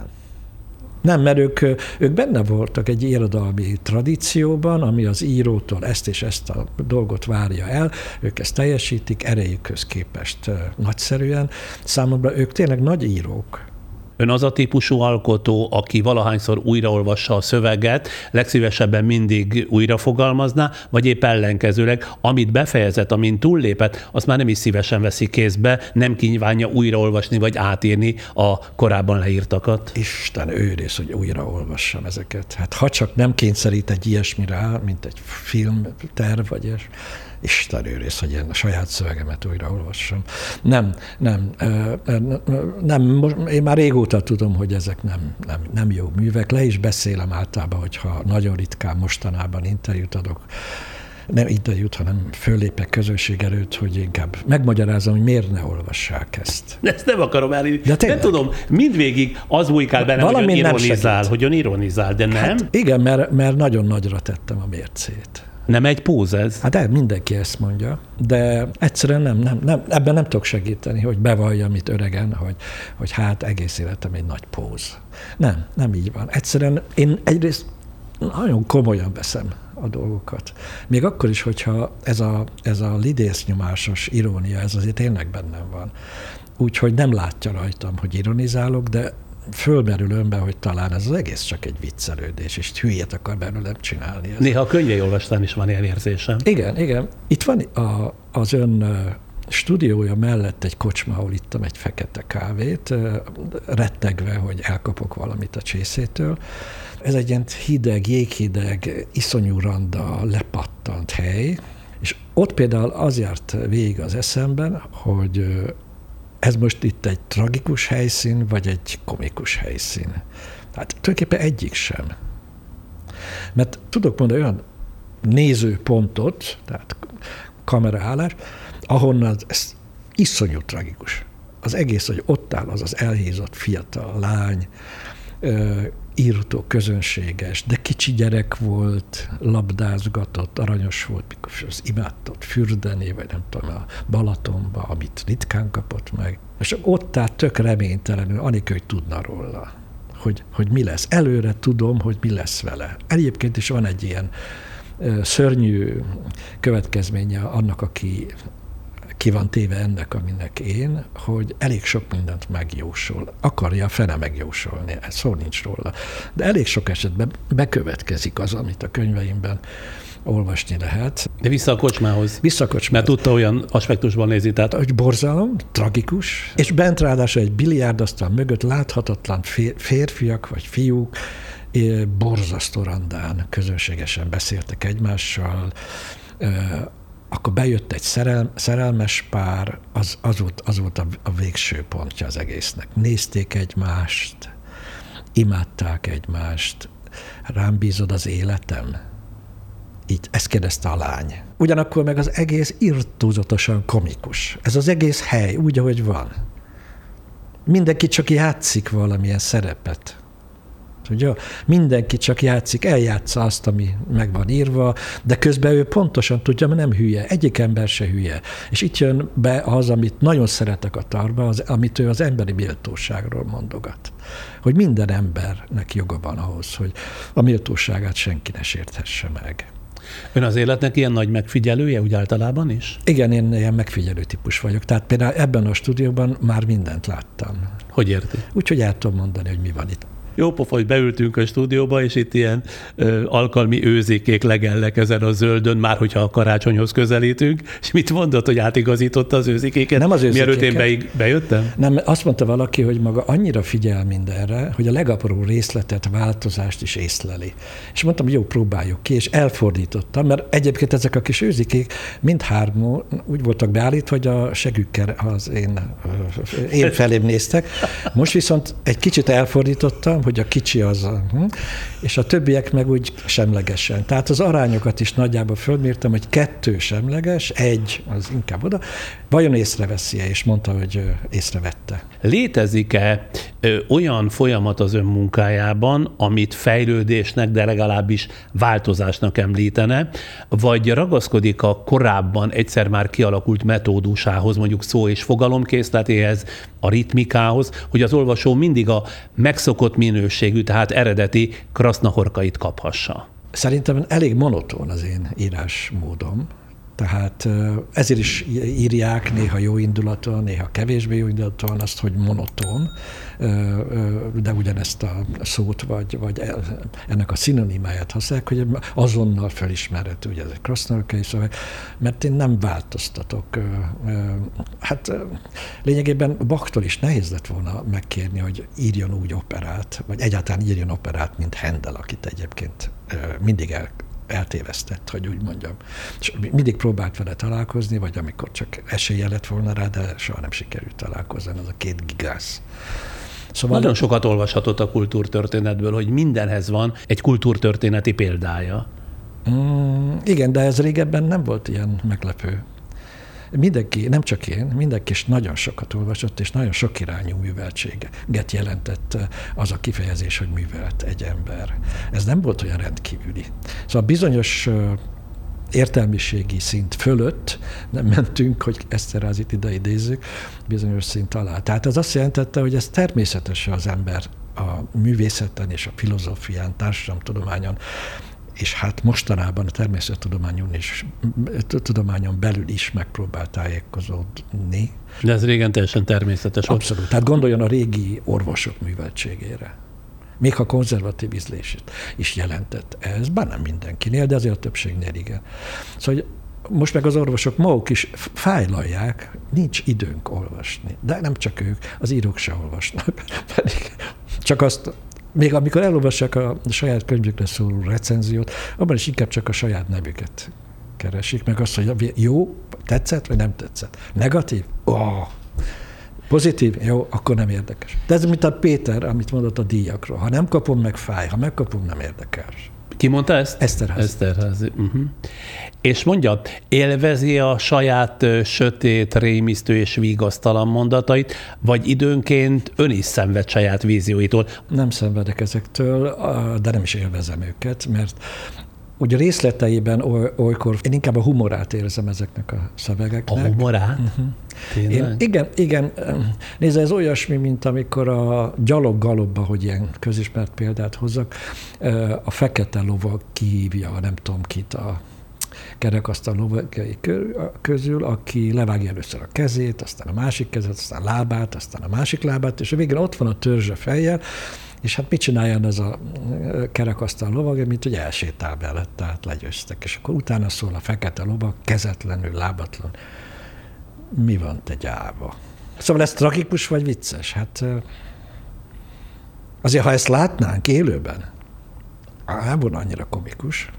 Nem, mert ők, ők benne voltak egy irodalmi tradícióban, ami az írótól ezt és ezt a dolgot várja el, ők ezt teljesítik, erejükhöz képest nagyszerűen. Számomra ők tényleg nagy írók. Ön az a típusú alkotó, aki valahányszor újraolvassa a szöveget, legszívesebben mindig újra fogalmazná, vagy épp ellenkezőleg, amit befejezett, amint túllépett, azt már nem is szívesen veszi kézbe, nem kívánja újraolvasni, vagy átírni a korábban leírtakat? Isten őrész, hogy újraolvassam ezeket. Hát ha csak nem kényszerít egy ilyesmi rá, mint egy filmterv, vagy ilyesmi. Isten őrész, hogy én a saját szövegemet újraolvassam. Nem, nem, nem, most én már régóta tudom, hogy ezek nem, nem, nem jó művek. Le is beszélem általában, hogyha nagyon ritkán mostanában interjút adok, nem interjút, hanem föllépek közönség előtt, hogy inkább megmagyarázom, hogy miért ne olvassák ezt. Ezt nem akarom elírni. De nem tudom, mindvégig az bujkál bennem, hogy ön ironizál, hogy ön ironizál, de nem? Hát igen, mert, mert nagyon nagyra tettem a mércét. Nem egy póz ez? Hát el, mindenki ezt mondja, de egyszerűen nem, nem, nem, ebben nem tudok segíteni, hogy bevalljam itt öregen, hogy, hogy hát egész életem egy nagy póz. Nem, nem így van. Egyszerűen én egyrészt nagyon komolyan veszem a dolgokat. Még akkor is, hogyha ez a, ez a lidésznyomásos irónia, ez azért tényleg bennem van. Úgyhogy nem látja rajtam, hogy ironizálok, de fölmerül önbe, hogy talán ez az egész csak egy viccelődés, és hülyét akar belőlem csinálni. Ez. Néha a könyvei olvastán is van ilyen érzésem. Igen, igen. Itt van a, az ön stúdiója mellett egy kocsma, ahol ittam egy fekete kávét, rettegve, hogy elkapok valamit a csészétől. Ez egy ilyen hideg, jéghideg, iszonyú randa, lepattant hely, és ott például az járt végig az eszemben, hogy ez most itt egy tragikus helyszín, vagy egy komikus helyszín? Hát tulajdonképpen egyik sem. Mert tudok mondani olyan nézőpontot, tehát kameraállás, ahonnan ez iszonyú tragikus. Az egész, hogy ott áll az az elhízott fiatal lány, írtó, közönséges, de kicsi gyerek volt, labdázgatott, aranyos volt, mikor az imádtott fürdeni, vagy nem tudom, a Balatonba, amit ritkán kapott meg. És ott áll tök reménytelenül, anélkül, hogy tudna róla, hogy, hogy mi lesz. Előre tudom, hogy mi lesz vele. Egyébként is van egy ilyen szörnyű következménye annak, aki ki van téve ennek, aminek én, hogy elég sok mindent megjósol. Akarja a fene megjósolni, szó nincs róla. De elég sok esetben bekövetkezik az, amit a könyveimben olvasni lehet. De vissza a kocsmához. Vissza a kocsmához. Mert tudta olyan aspektusban nézni. Tehát... Hogy borzalom, tragikus, és bent ráadásul egy biliárdasztal mögött láthatatlan férfiak vagy fiúk borzasztó randán közönségesen beszéltek egymással, akkor bejött egy szerel, szerelmes pár, az, az volt, az volt a, a végső pontja az egésznek. Nézték egymást, imádták egymást, rám bízod az életem? Így, ezt kérdezte a lány. Ugyanakkor meg az egész irtózatosan komikus. Ez az egész hely, úgy, ahogy van. Mindenki csak játszik valamilyen szerepet. Ugye? Mindenki csak játszik, eljátsza azt, ami meg van írva, de közben ő pontosan tudja, mert nem hülye, egyik ember se hülye. És itt jön be az, amit nagyon szeretek a tarba, az, amit ő az emberi méltóságról mondogat. Hogy minden embernek joga van ahhoz, hogy a méltóságát senki ne sérthesse meg. Ön az életnek ilyen nagy megfigyelője, úgy általában is? Igen, én ilyen megfigyelő típus vagyok. Tehát például ebben a stúdióban már mindent láttam. Hogy érti? Úgyhogy el tudom mondani, hogy mi van itt. Jó pofa, hogy beültünk a stúdióba, és itt ilyen ö, alkalmi őzékék legelnek ezen a zöldön, már hogyha a karácsonyhoz közelítünk, és mit mondott, hogy átigazította az őzékéket? Nem az őzékéket. Mielőtt én be, bejöttem? Nem, azt mondta valaki, hogy maga annyira figyel mindenre, hogy a legapróbb részletet, változást is észleli. És mondtam, hogy jó, próbáljuk ki, és elfordítottam, mert egyébként ezek a kis őzikék mindhármó úgy voltak beállítva, hogy a segükkel az én, én felém néztek. Most viszont egy kicsit elfordítottam, hogy a kicsi az, és a többiek meg úgy semlegesen. Tehát az arányokat is nagyjából fölmértem, hogy kettő semleges, egy az inkább oda. Vajon észreveszi-e? És mondta, hogy észrevette. Létezik-e ö, olyan folyamat az ön munkájában, amit fejlődésnek, de legalábbis változásnak említene, vagy ragaszkodik a korábban egyszer már kialakult metódusához, mondjuk szó- és fogalomkészletéhez, a ritmikához, hogy az olvasó mindig a megszokott minőségű, tehát eredeti krasznahorkait kaphassa? Szerintem elég monoton az én írásmódom. Tehát ezért is írják néha jó indulaton, néha kevésbé jó indulaton azt, hogy monoton, de ugyanezt a szót vagy, vagy ennek a szinonimáját használják, hogy azonnal felismerhető, hogy ezek krasznahorkai szöveg, mert én nem változtatok. Hát lényegében Bachtól is nehéz lett volna megkérni, hogy írjon úgy operát, vagy egyáltalán írjon operát, mint Handel, akit egyébként mindig el eltévesztett, hogy úgy mondjam. És mindig próbált vele találkozni, vagy amikor csak esélye lett volna rá, de soha nem sikerült találkozni, az a két gigász. Szóval nagyon sokat olvashatott a kultúrtörténetből, hogy mindenhez van egy kultúrtörténeti példája. Mm, igen, de ez régebben nem volt ilyen meglepő. Mindenki, nem csak én, mindenki is nagyon sokat olvasott, és nagyon sok irányú műveltséget jelentett az a kifejezés, hogy művelt egy ember. Ez nem volt olyan rendkívüli. Szóval bizonyos értelmiségi szint fölött nem mentünk, hogy Esterházit ide idézzük, bizonyos szint alá. Tehát ez azt jelentette, hogy ez természetes az ember a művészeten és a filozófián, társadalomtudományon, és hát mostanában a természettudományon is, tudományon belül is megpróbál tájékozódni. De ez régen teljesen természetes volt. Abszolút. Tehát gondoljon a régi orvosok műveltségére. Még ha konzervatív ízlését is jelentett ez, bár nem mindenkinél, de azért a többségnél igen. Szóval most meg az orvosok maguk is fájlalják, nincs időnk olvasni. De nem csak ők, az írók se olvasnak. Pedig csak azt, még amikor elolvassák a saját könyvükre szóló recenziót, abban is inkább csak a saját nevüket keresik, meg azt, hogy jó, tetszett, vagy nem tetszett. Negatív? Oh. Pozitív? Jó, akkor nem érdekes. De ez mint a Péter, amit mondott a díjakról. Ha nem kapom, meg fáj. Ha megkapom, nem érdekes. Ki mondta ezt? Eszterházy. Eszterházy. Uh-huh. És mondja, élvezi a saját ö, sötét, rémisztő és vigasztalan mondatait, vagy időnként ön is szenved saját vízióitól? Nem szenvedek ezektől, de nem is élvezem őket, mert ugye részleteiben oly, olykor én inkább a humorát érzem ezeknek a szövegeknek. A humorát? Uh-huh. Tényleg? Én, igen, igen. Nézd, ez olyasmi, mint amikor a Gyalog Galopba, hogy ilyen közismert példát hozzak, a fekete lovag kihívja, nem tudom kit, a kerekasztal lovagai közül, aki levágja először a kezét, aztán a másik kezet, aztán a lábát, aztán a másik lábát, és a végén ott van a törzse fejjel, és hát mit csináljon ez a kerekasztal lovag, mint hogy elsétál bele, tehát legyőztek. És akkor utána szól a fekete lovag, kezetlenül, lábatlan. Mi van, te gyáva? Szóval ez tragikus vagy vicces? Hát azért, ha ezt látnánk élőben, nem volna annyira komikus.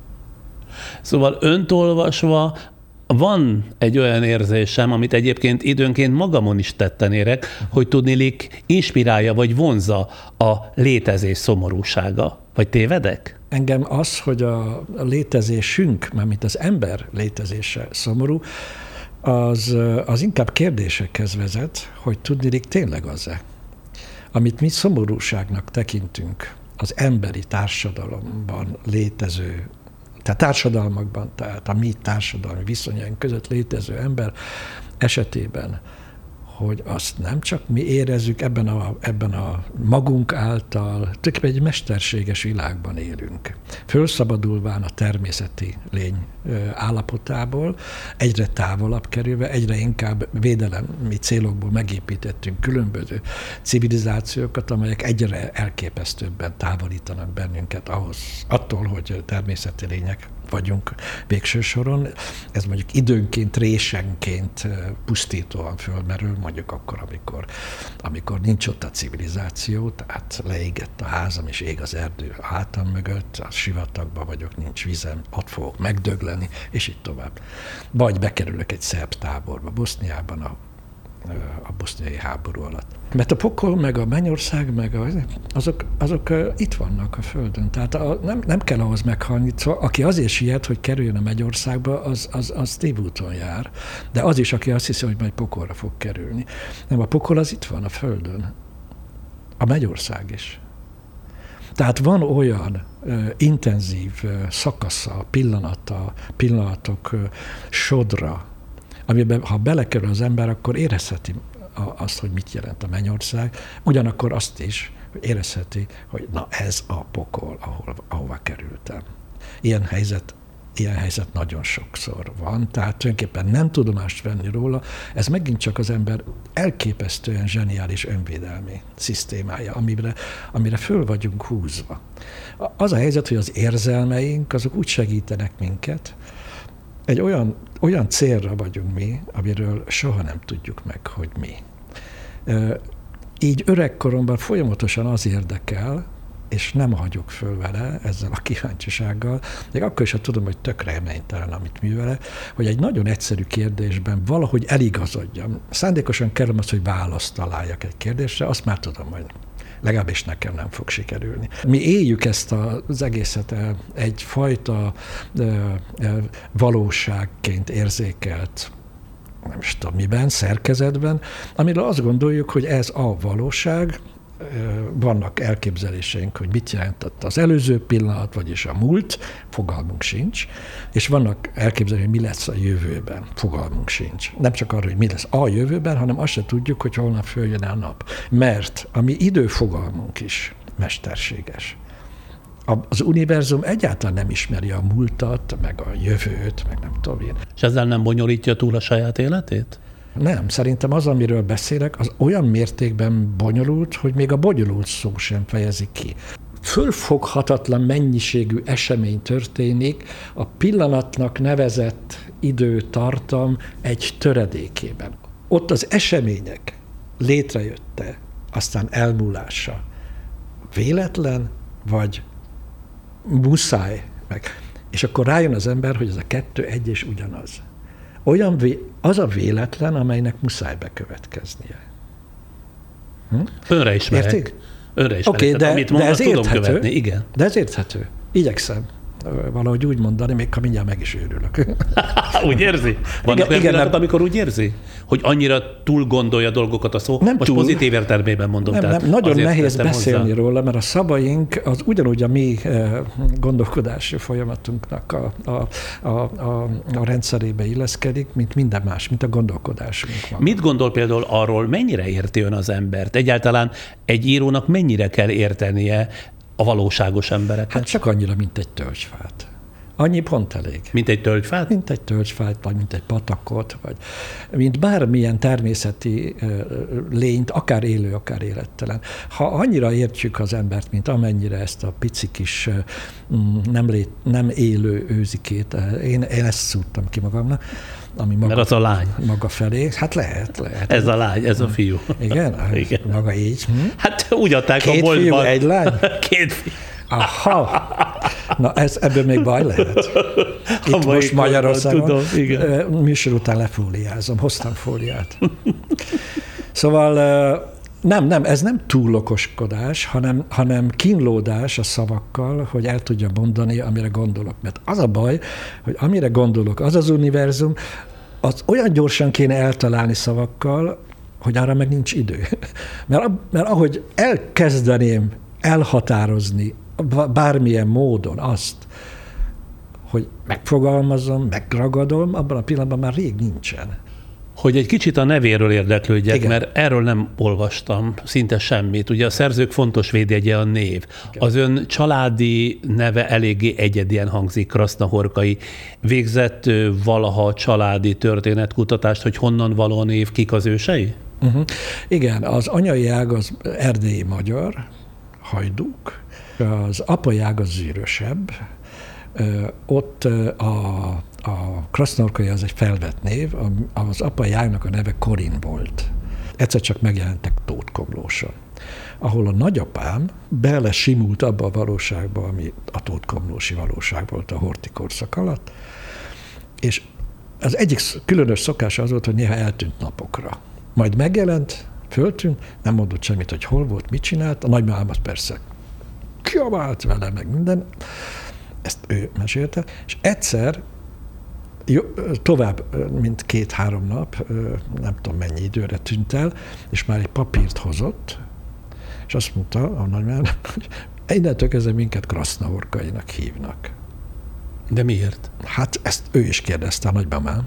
Szóval önt olvasva van egy olyan érzésem, amit egyébként időnként magamon is tetten érek, hogy tudniillik inspirálja vagy vonzza a létezés szomorúsága. Vagy tévedek? Engem az, hogy a létezésünk, mármint az ember létezése szomorú, az, az inkább kérdésekhez vezet, hogy tudniillik tényleg az-e. Amit mi szomorúságnak tekintünk az emberi társadalomban létező, tehát társadalmakban, tehát a mi társadalmi viszonyaink között létező ember esetében, hogy azt nem csak mi érezzük ebben a, ebben a magunk által, tulajdonképpen egy mesterséges világban élünk. Fölszabadulván a természeti lény állapotából, egyre távolabb kerülve, egyre inkább védelemi célokból megépítettünk különböző civilizációkat, amelyek egyre elképesztőbben távolítanak bennünket ahhoz, attól, hogy természeti lények vagyunk végső soron. Ez mondjuk időnként, résenként pusztítóan fölmerül, mondjuk akkor, amikor, amikor nincs ott a civilizáció, tehát leégett a házam, és ég az erdő a hátam mögött, a sivatagban vagyok, nincs vizem, ott fogok megdögleni, és így tovább. Vagy bekerülök egy szerb táborba, Boszniában, a a boszniai háború alatt. Mert a pokol, meg a mennyország, meg a, azok, azok itt vannak a földön. Tehát a, nem, nem kell ahhoz meghalni. Szóval, aki azért siet, hogy kerüljön a mennyországba, az, az, az tévúton jár. De az is, aki azt hiszi, hogy majd pokolra fog kerülni. Nem, a pokol az itt van a földön. A mennyország is. Tehát van olyan uh, intenzív uh, szakasza, pillanata, pillanatok uh, sodra, amiben ha belekerül az ember, akkor érezheti azt, hogy mit jelent a mennyország, ugyanakkor azt is, hogy érezheti, hogy na ez a pokol, ahol, ahová kerültem. Ilyen helyzet, ilyen helyzet nagyon sokszor van, tehát tulajdonképpen nem tudomást venni róla, ez megint csak az ember elképesztően zseniális önvédelmi szisztémája, amire, amire föl vagyunk húzva. Az a helyzet, hogy az érzelmeink, azok úgy segítenek minket, egy olyan, olyan célra vagyunk mi, amiről soha nem tudjuk meg, hogy mi. Így öregkoromban folyamatosan az érdekel, és nem hagyok föl vele ezzel a kíváncsisággal, de akkor is, ha tudom, hogy tök reménytelen, amit művele, hogy egy nagyon egyszerű kérdésben valahogy eligazodjam. Szándékosan kerülöm azt, hogy választ találjak egy kérdésre, azt már tudom, hogy legalábbis nekem nem fog sikerülni. Mi éljük ezt az egészet egyfajta valóságként érzékelt, nem is tudom miben, szerkezetben, amiről azt gondoljuk, hogy ez a valóság, vannak elképzeléseink, hogy mit jelentett az előző pillanat, vagyis a múlt, fogalmunk sincs, és vannak elképzelések, hogy mi lesz a jövőben, fogalmunk sincs. Nem csak arra, hogy mi lesz a jövőben, hanem azt se tudjuk, hogy holnap följön a nap. Mert a mi időfogalmunk is mesterséges. Az univerzum egyáltalán nem ismeri a múltat, meg a jövőt, meg nem tudom én. És ezzel nem bonyolítja túl a saját életét? Nem, szerintem az, amiről beszélek, az olyan mértékben bonyolult, hogy még a bonyolult szó sem fejezi ki. Fölfoghatatlan mennyiségű esemény történik a pillanatnak nevezett időtartam egy töredékében. Ott az események létrejötte, aztán elmúlása véletlen, vagy muszáj meg. És akkor rájön az ember, hogy ez a kettő egy és ugyanaz. Olyan vé- az a véletlen, amelynek muszáj bekövetkeznie. Hm? Önre ismerek. Értik? Önre ismerek. Oké, de, amit de ez tudom érthető. követni. Igen. De ez érthető. Igyekszem valahogy úgy mondani, még ha mindjárt meg is őrülök. Úgy érzi? Vannak Igen, olyan igen, pillanatok, nem- amikor úgy érzi? Hogy annyira túl gondolja dolgokat a szó? Nem Most túl. pozitív értelmében mondom. Nem, tehát nem, nagyon azért nehéz tettem beszélni hozzá. róla, mert a szavaink az ugyanúgy a mi eh, gondolkodási folyamatunknak a, a, a, a, a rendszerébe illeszkedik, mint minden más, mint a gondolkodásunk. maga. Mit gondol például arról, mennyire érti ön az embert? Egyáltalán egy írónak mennyire kell értenie a valóságos embereket? Hát csak annyira, mint egy tölgyfát. Annyi pont elég. Mint egy tölgyfát? Mint egy tölgyfát, vagy mint egy patakot, vagy mint bármilyen természeti ö, lényt, akár élő, akár élettelen. Ha annyira értjük az embert, mint amennyire ezt a pici kis ö, nem, lét, nem élő őzikét, én, én ezt szúrtam ki magamnak, ami maga, Mert az a lány. maga felé, hát lehet, lehet. Ez a lány, ez a fiú. Igen? Igen. Maga így. Hm? Hát úgy adták Két a boltban. fiú, egy lány? Két fiú. Aha! Na, ez, ebből még baj lehet. Itt Abba most így Magyarországon tudom, igen. ö, műsor után lefóliázom, hoztam fóliát. Szóval ö, nem, nem, ez nem túlokoskodás, hanem, hanem kínlódás a szavakkal, hogy el tudja mondani, amire gondolok. Mert az a baj, hogy amire gondolok, az az univerzum, az olyan gyorsan kéne eltalálni szavakkal, hogy arra meg nincs idő. Mert, mert ahogy elkezdeném elhatározni bármilyen módon azt, hogy megfogalmazom, megragadom, abban a pillanatban már rég nincsen. Hogy egy kicsit a nevéről érdeklődjek, Igen. mert erről nem olvastam szinte semmit. Ugye a szerzők fontos védjegye a név. Igen. Az ön családi neve eléggé egyedien hangzik, Krasznahorkai. Végzett ö, valaha családi történetkutatást, hogy honnan való a név, kik az ősei? Uh-huh. Igen, az anyai ág az erdélyi magyar, hajdúk, az apai ág az zűrösebb, Ö, ott ö, a, a Krasznahorkai az egy felvett név, a- az apai ágnak a neve Korin volt. Egyszer csak megjelentek Tóth Komlóson, ahol a nagyapám bele simult abba a valóságba, ami a Tóth Komlósi valóság volt a Horthy korszak alatt, és az egyik sz- különös szokása az volt, hogy néha eltűnt napokra. Majd megjelent, föltűnt, nem mondott semmit, hogy hol volt, mit csinált, a nagymamám az persze kiabált vele, meg minden, ezt ő mesélte, és egyszer jó, tovább, mint két-három nap, nem tudom mennyi időre tűnt el, és már egy papírt hozott, és azt mondta a nagymamám, hogy innentől kezdve minket Krasznahorkainak hívnak. De miért? Hát ezt ő is kérdezte, a nagymamám.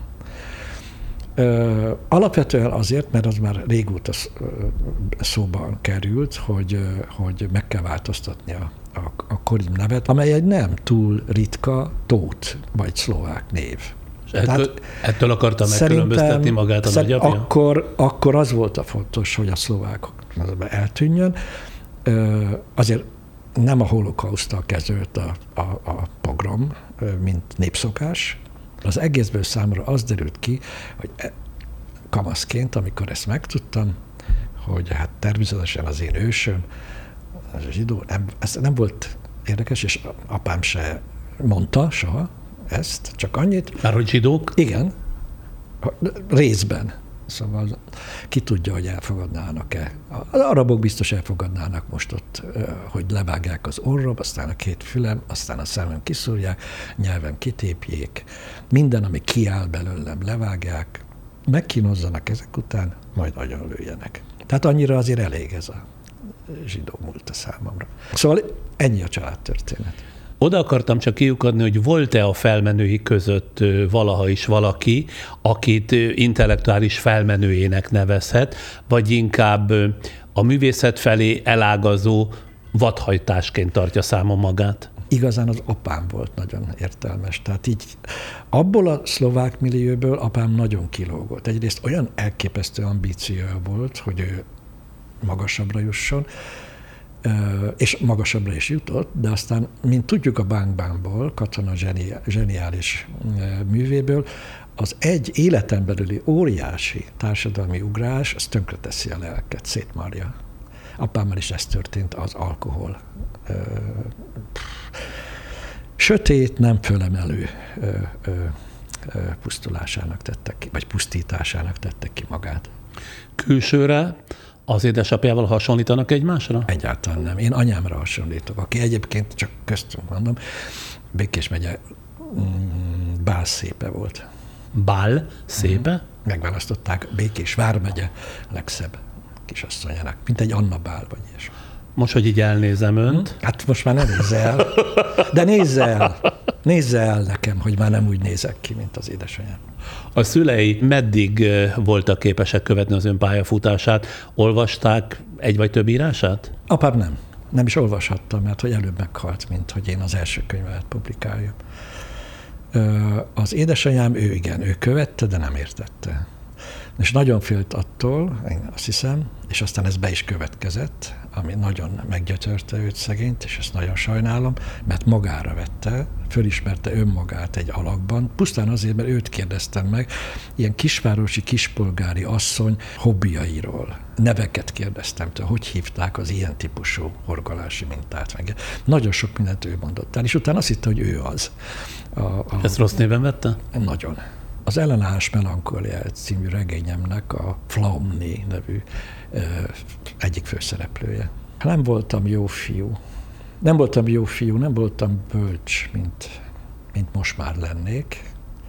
Ö, alapvetően azért, mert az már régóta sz- ö, szóban került, hogy, ö, hogy meg kell változtatni a, a, a Korin nevet, amely egy nem túl ritka tót vagy szlovák név. És ettől, ettől akarta megkülönböztetni magát a szerint nagyapja? Akkor, akkor az volt a fontos, hogy a szlovákok eltűnjön. Ö, azért nem a holokauszttal kezdődött a, a, a pogrom, ö, mint népszokás. Az egészből számomra az derült ki, hogy kamaszként, amikor ezt megtudtam, hogy hát természetesen az én ősöm, az a zsidó, nem, ez nem volt érdekes, és apám se mondta soha ezt, csak annyit. Már hogy zsidók? Igen, részben. Szóval ki tudja, hogy elfogadnának-e. Az arabok biztos elfogadnának most ott, hogy levágják az orrom, aztán a két fülem, aztán a szemem kiszúrják, nyelvem kitépjék. Minden, ami kiáll belőlem, levágják, megkínozzanak ezek után, majd agyonlőjenek. Tehát annyira azért elég ez a zsidó múlt a számomra. Szóval ennyi a családtörténet. Oda akartam csak kiukadni, hogy volt-e a felmenői között ö, valaha is valaki, akit ö, intellektuális felmenőjének nevezhet, vagy inkább ö, a művészet felé elágazó vadhajtásként tartja számon magát? Igazán az apám volt nagyon értelmes. Tehát így abból a szlovák millióból apám nagyon kilógott. Egyrészt olyan elképesztő ambíciója volt, hogy ő magasabbra jusson, és magasabbra is jutott, de aztán, mint tudjuk a Bang Bangból, Katona zseniális művéből, az egy életen belüli óriási társadalmi ugrás, az tönkreteszi a lelket, szétmarja. Apámmal is ez történt, az alkohol. Sötét, nem fölemelő pusztulásának tettek ki, vagy pusztításának tettek ki magát. Külsőre Az édesapjával hasonlítanak egymásra? Egyáltalán nem. Én anyámra hasonlítok, aki egyébként csak köztünk mondom, Békés megye Bál szépe volt. Bál szépe? Megválasztották Békés vármegye legszebb kisasszonyának, mint egy Anna Bál vagy ilyesmi. Most, hogy így elnézem önt. Hát most már ne nézz el. De nézz el. Nézz el nekem, hogy már nem úgy nézek ki, mint az édesanyám. A szülei meddig voltak képesek követni az ön pályafutását? Olvasták egy vagy több írását? Apám nem. Nem is olvashattam, mert hogy előbb meghalt, mint hogy én az első könyvet publikáljam. Az édesanyám, ő igen, ő követte, de nem értette. És nagyon félt attól, én azt hiszem, és aztán ez be is következett, ami nagyon meggyötörte őt szegényt, és ezt nagyon sajnálom, mert magára vette, fölismerte önmagát egy alakban, pusztán azért, mert őt kérdeztem meg, ilyen kisvárosi, kispolgári asszony hobbiairól. Neveket kérdeztem tőle, hogy hívták az ilyen típusú horgolási mintát. Meg. Nagyon sok mindent ő mondott el, és utána azt hitte, hogy ő az. A, a... Ezt rossz néven vette? Nagyon. Az Ellenállás melankóliája című regényemnek a Flaumni nevű ö, egyik főszereplője. Nem voltam jó fiú. Nem voltam jó fiú, nem voltam bölcs, mint, mint most már lennék.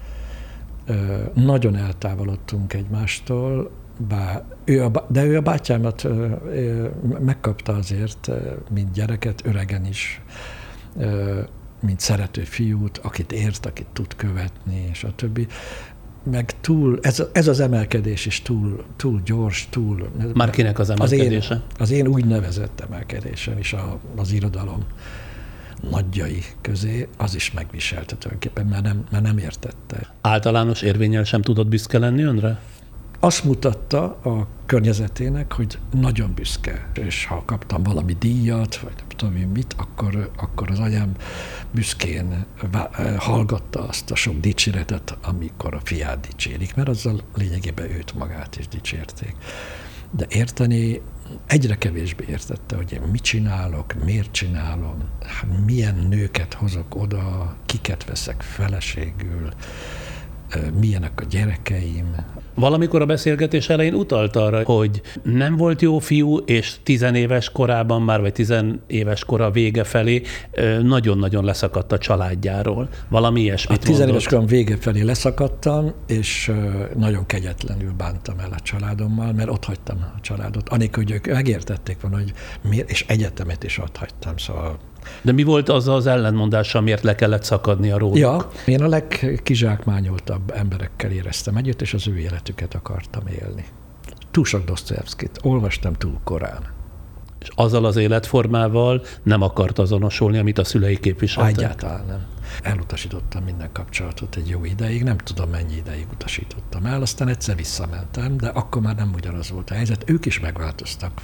Ö, nagyon eltávolodtunk egymástól, bár ő a, de ő a bátyámat ö, ö, megkapta azért, ö, mint gyereket, öregen is, ö, mint szerető fiút, akit ért, akit tud követni, és a többi. Meg túl, ez, ez az emelkedés is túl, túl gyors, túl... Már kinek az emelkedése? Az én, az én úgynevezett emelkedésem is a, az irodalom nagyjai közé, az is megviselte tulajdonképpen, mert nem, mert nem értette. Általános érvénnyel sem tudott büszke lenni önre? Azt mutatta a környezetének, hogy nagyon büszke, és ha kaptam valami díjat, vagy nem tudom én mit, akkor, akkor az anyám büszkén hallgatta azt a sok dicséretet, amikor a fiát dicsérik, mert azzal lényegében őt magát is dicsérték. De érteni egyre kevésbé értette, hogy én mit csinálok, miért csinálom, milyen nőket hozok oda, kiket veszek feleségül, milyenek a gyerekeim. Valamikor a beszélgetés elején utalt arra, hogy nem volt jó fiú, és tizenéves korában már, vagy tizenéves kora vége felé nagyon-nagyon leszakadt a családjáról. Valami ilyesmit mondott. A tizenéves korom vége felé leszakadtam, és nagyon kegyetlenül bántam el a családommal, mert ott hagytam a családot. Anélkül, hogy ők megértették volna, hogy miért, és egyetemet is ott hagytam, szóval. De mi volt az az ellenmondással, miért le kellett szakadni a róluk? Ja, én a legkizsákmányoltabb emberekkel éreztem együtt, és az ő életüket akartam élni. Túl sok Dosztojevszkit olvastam túl korán. És azzal az életformával nem akart azonosulni, amit a szülei képviseltek? Egyáltalán nem. Elutasítottam minden kapcsolatot egy jó ideig, nem tudom mennyi ideig utasítottam el, aztán egyszer visszamentem, de akkor már nem ugyanaz volt a helyzet. Ők is megváltoztak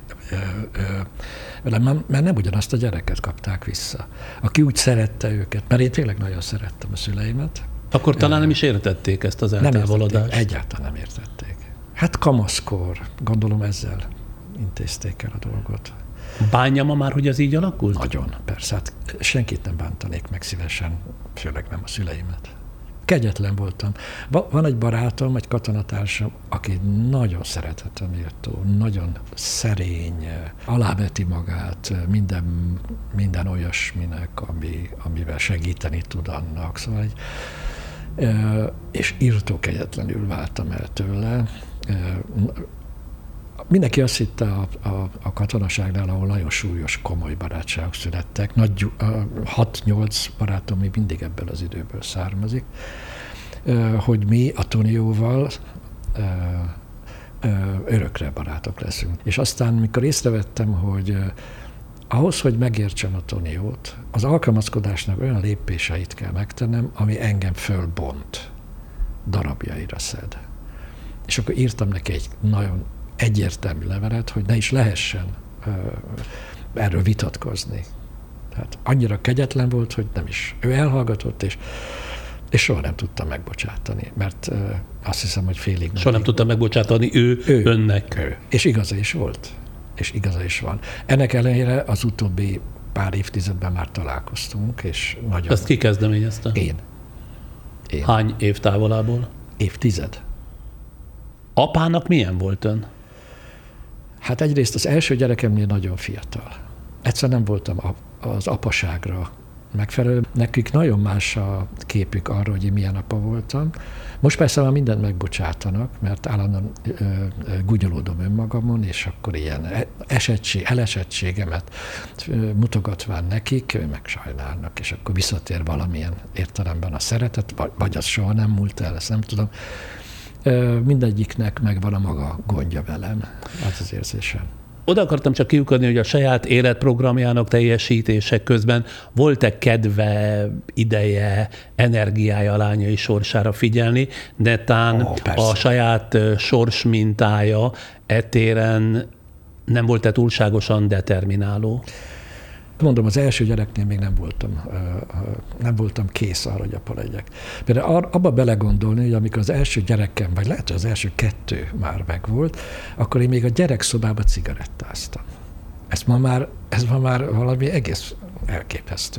velem, mert nem ugyanazt a gyereket kapták vissza, aki úgy szerette őket, mert én tényleg nagyon szerettem a szüleimet. Akkor talán nem is értették ezt az eltávolodást? Nem egyáltalán nem értették. Hát kamaszkor, gondolom ezzel intézték el a dolgot. Bánja ma már, hogy ez így alakult? Nagyon, persze. Hát senkit nem bántanék meg szívesen, főleg nem a szüleimet. Kegyetlen voltam. Van egy barátom, egy katonatársam, aki nagyon szerethető méltó, nagyon szerény, aláveti magát minden, minden olyasminek, ami, amivel segíteni tud annak. Szóval egy, és írtó kegyetlenül váltam el tőle. Mindenki azt hitte a, a, a katonaságnál, ahol nagyon súlyos, komoly barátságok születtek. Nagy, hat-nyolc barátom még mindig ebből az időből származik, hogy mi a Tonióval örökre barátok leszünk. És aztán, mikor észrevettem, hogy ahhoz, hogy megértsem a Toniót, az alkalmazkodásnak olyan lépéseit kell megtennem, ami engem fölbont, darabjaira szed. És akkor írtam neki egy nagyon egyértelmű levelet, hogy ne is lehessen uh, erről vitatkozni. Tehát annyira kegyetlen volt, hogy nem is. Ő elhallgatott, és, és soha nem tudta megbocsátani, mert uh, azt hiszem, hogy félig... Soha nem tudta megbocsátani ő, ő önnek. Ő. És igaza is volt. És igaza is van. Ennek ellenére az utóbbi pár évtizedben már találkoztunk, és nagyon... Ezt ki kezdeményezte? Én. Én. Hány év távolából? Évtized. Apának milyen volt ön? Hát egyrészt az első gyerekemnél nagyon fiatal. Egyszer nem voltam az apaságra megfelelő. Nekik nagyon más a képük arra, hogy én milyen apa voltam. Most persze már mindent megbocsátanak, mert állandóan gúnyolódom önmagamon, és akkor ilyen esettség, elesettségemet mutogatván nekik, meg sajnálnak, és akkor visszatér valamilyen értelemben a szeretet, vagy az soha nem múlt el, ezt nem tudom. Mindegyiknek megvan a maga gondja velem, az az érzésem. Oda akartam csak kiukadni, hogy a saját életprogramjának teljesítések közben volt-e kedve, ideje, energiája a lányai sorsára figyelni, netán oh, a saját sors mintája etéren nem volt-e túlságosan determináló? Mondom, az első gyereknél még nem voltam, nem voltam kész arra, hogy apa legyek. Például abba belegondolni, hogy amikor az első gyerekem, vagy lehet, hogy az első kettő már megvolt, akkor én még a gyerekszobába cigarettáztam. Ez ma már, ez ma már valami egész elképesztő.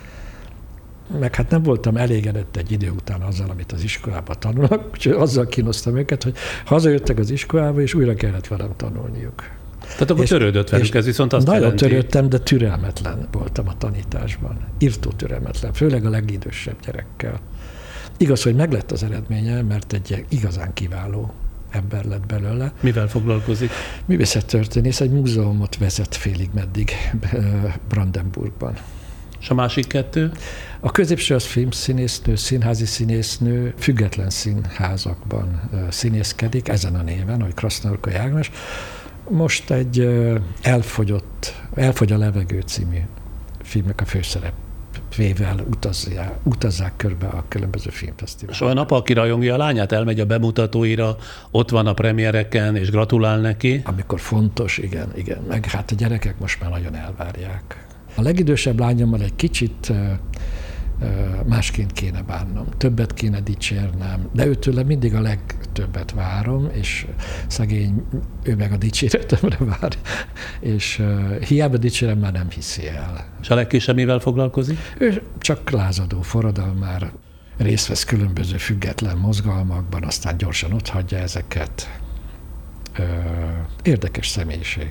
Meg hát nem voltam elégedett egy idő után azzal, amit az iskolában tanulnak, úgyhogy azzal kínoztam őket, hogy hazajöttek az iskolába, és újra kellett velem tanulniuk. Tehát akkor és, törődött velük, ez viszont azt nagyon jelenti. törődtem, de türelmetlen voltam a tanításban. Írtó türelmetlen, főleg a legidősebb gyerekkel. Igaz, hogy meglett az eredménye, mert egy igazán kiváló ember lett belőle. Mivel foglalkozik? Művészettörténész, egy múzeumot vezet félig meddig Brandenburgban. És a másik kettő? A középső az filmszínésznő, színházi színésznő, független színházakban színészkedik, ezen a néven, hogy Krasznahorkai Ágnes. Most egy elfogyott, Elfogy a levegő című filmnek a főszerepével utazzák, utazzák körbe a különböző filmfesztiválok. És olyan apa, aki rajongja a lányát, elmegy a bemutatóira, ott van a premiereken, és gratulál neki? Amikor fontos, igen, igen. Meg hát a gyerekek most már nagyon elvárják. A legidősebb lányommal egy kicsit másként kéne bánnom, többet kéne dicsérnem, de őtőle mindig a legtöbbet várom, és szegény, ő meg a dicséretemre vár, és uh, hiába dicsérem, már nem hiszi el. És a legkisebb mivel foglalkozik? Ő csak lázadó forradalmár, részt vesz különböző független mozgalmakban, aztán gyorsan otthagyja ezeket. Uh, érdekes személyiség.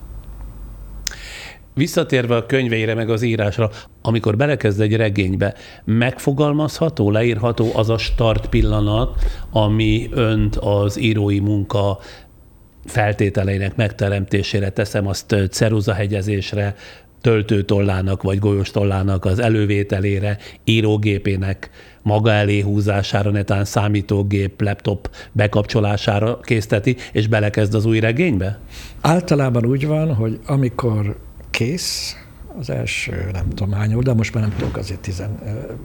Visszatérve a könyveire meg az írásra, amikor belekezd egy regénybe, megfogalmazható, leírható az a start pillanat, ami önt az írói munka feltételeinek megteremtésére, teszem azt ceruzahegyezésre, töltőtollának vagy golyóstollának az elővételére, írógépének maga elé húzására, netán számítógép, laptop bekapcsolására készteti, és belekezd az új regénybe? Általában úgy van, hogy amikor kész, az első nem tudom hány oldal, most már nem tudok azért tizen,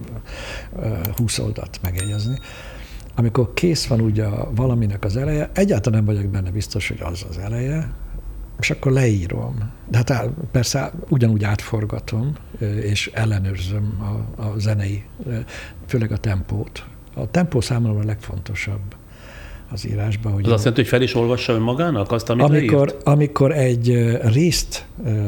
húsz oldalt megjegyezni. Amikor kész van ugye valaminek az eleje, egyáltalán nem vagyok benne biztos, hogy az az eleje, és akkor leírom. De hát persze ugyanúgy átforgatom, és ellenőrzöm a, a zenei, főleg a tempót. A tempó számomra a legfontosabb az írásban. Hogy az azt jelenti, hogy fel is olvassa önmagának azt, amit amikor, leírt? Amikor egy részt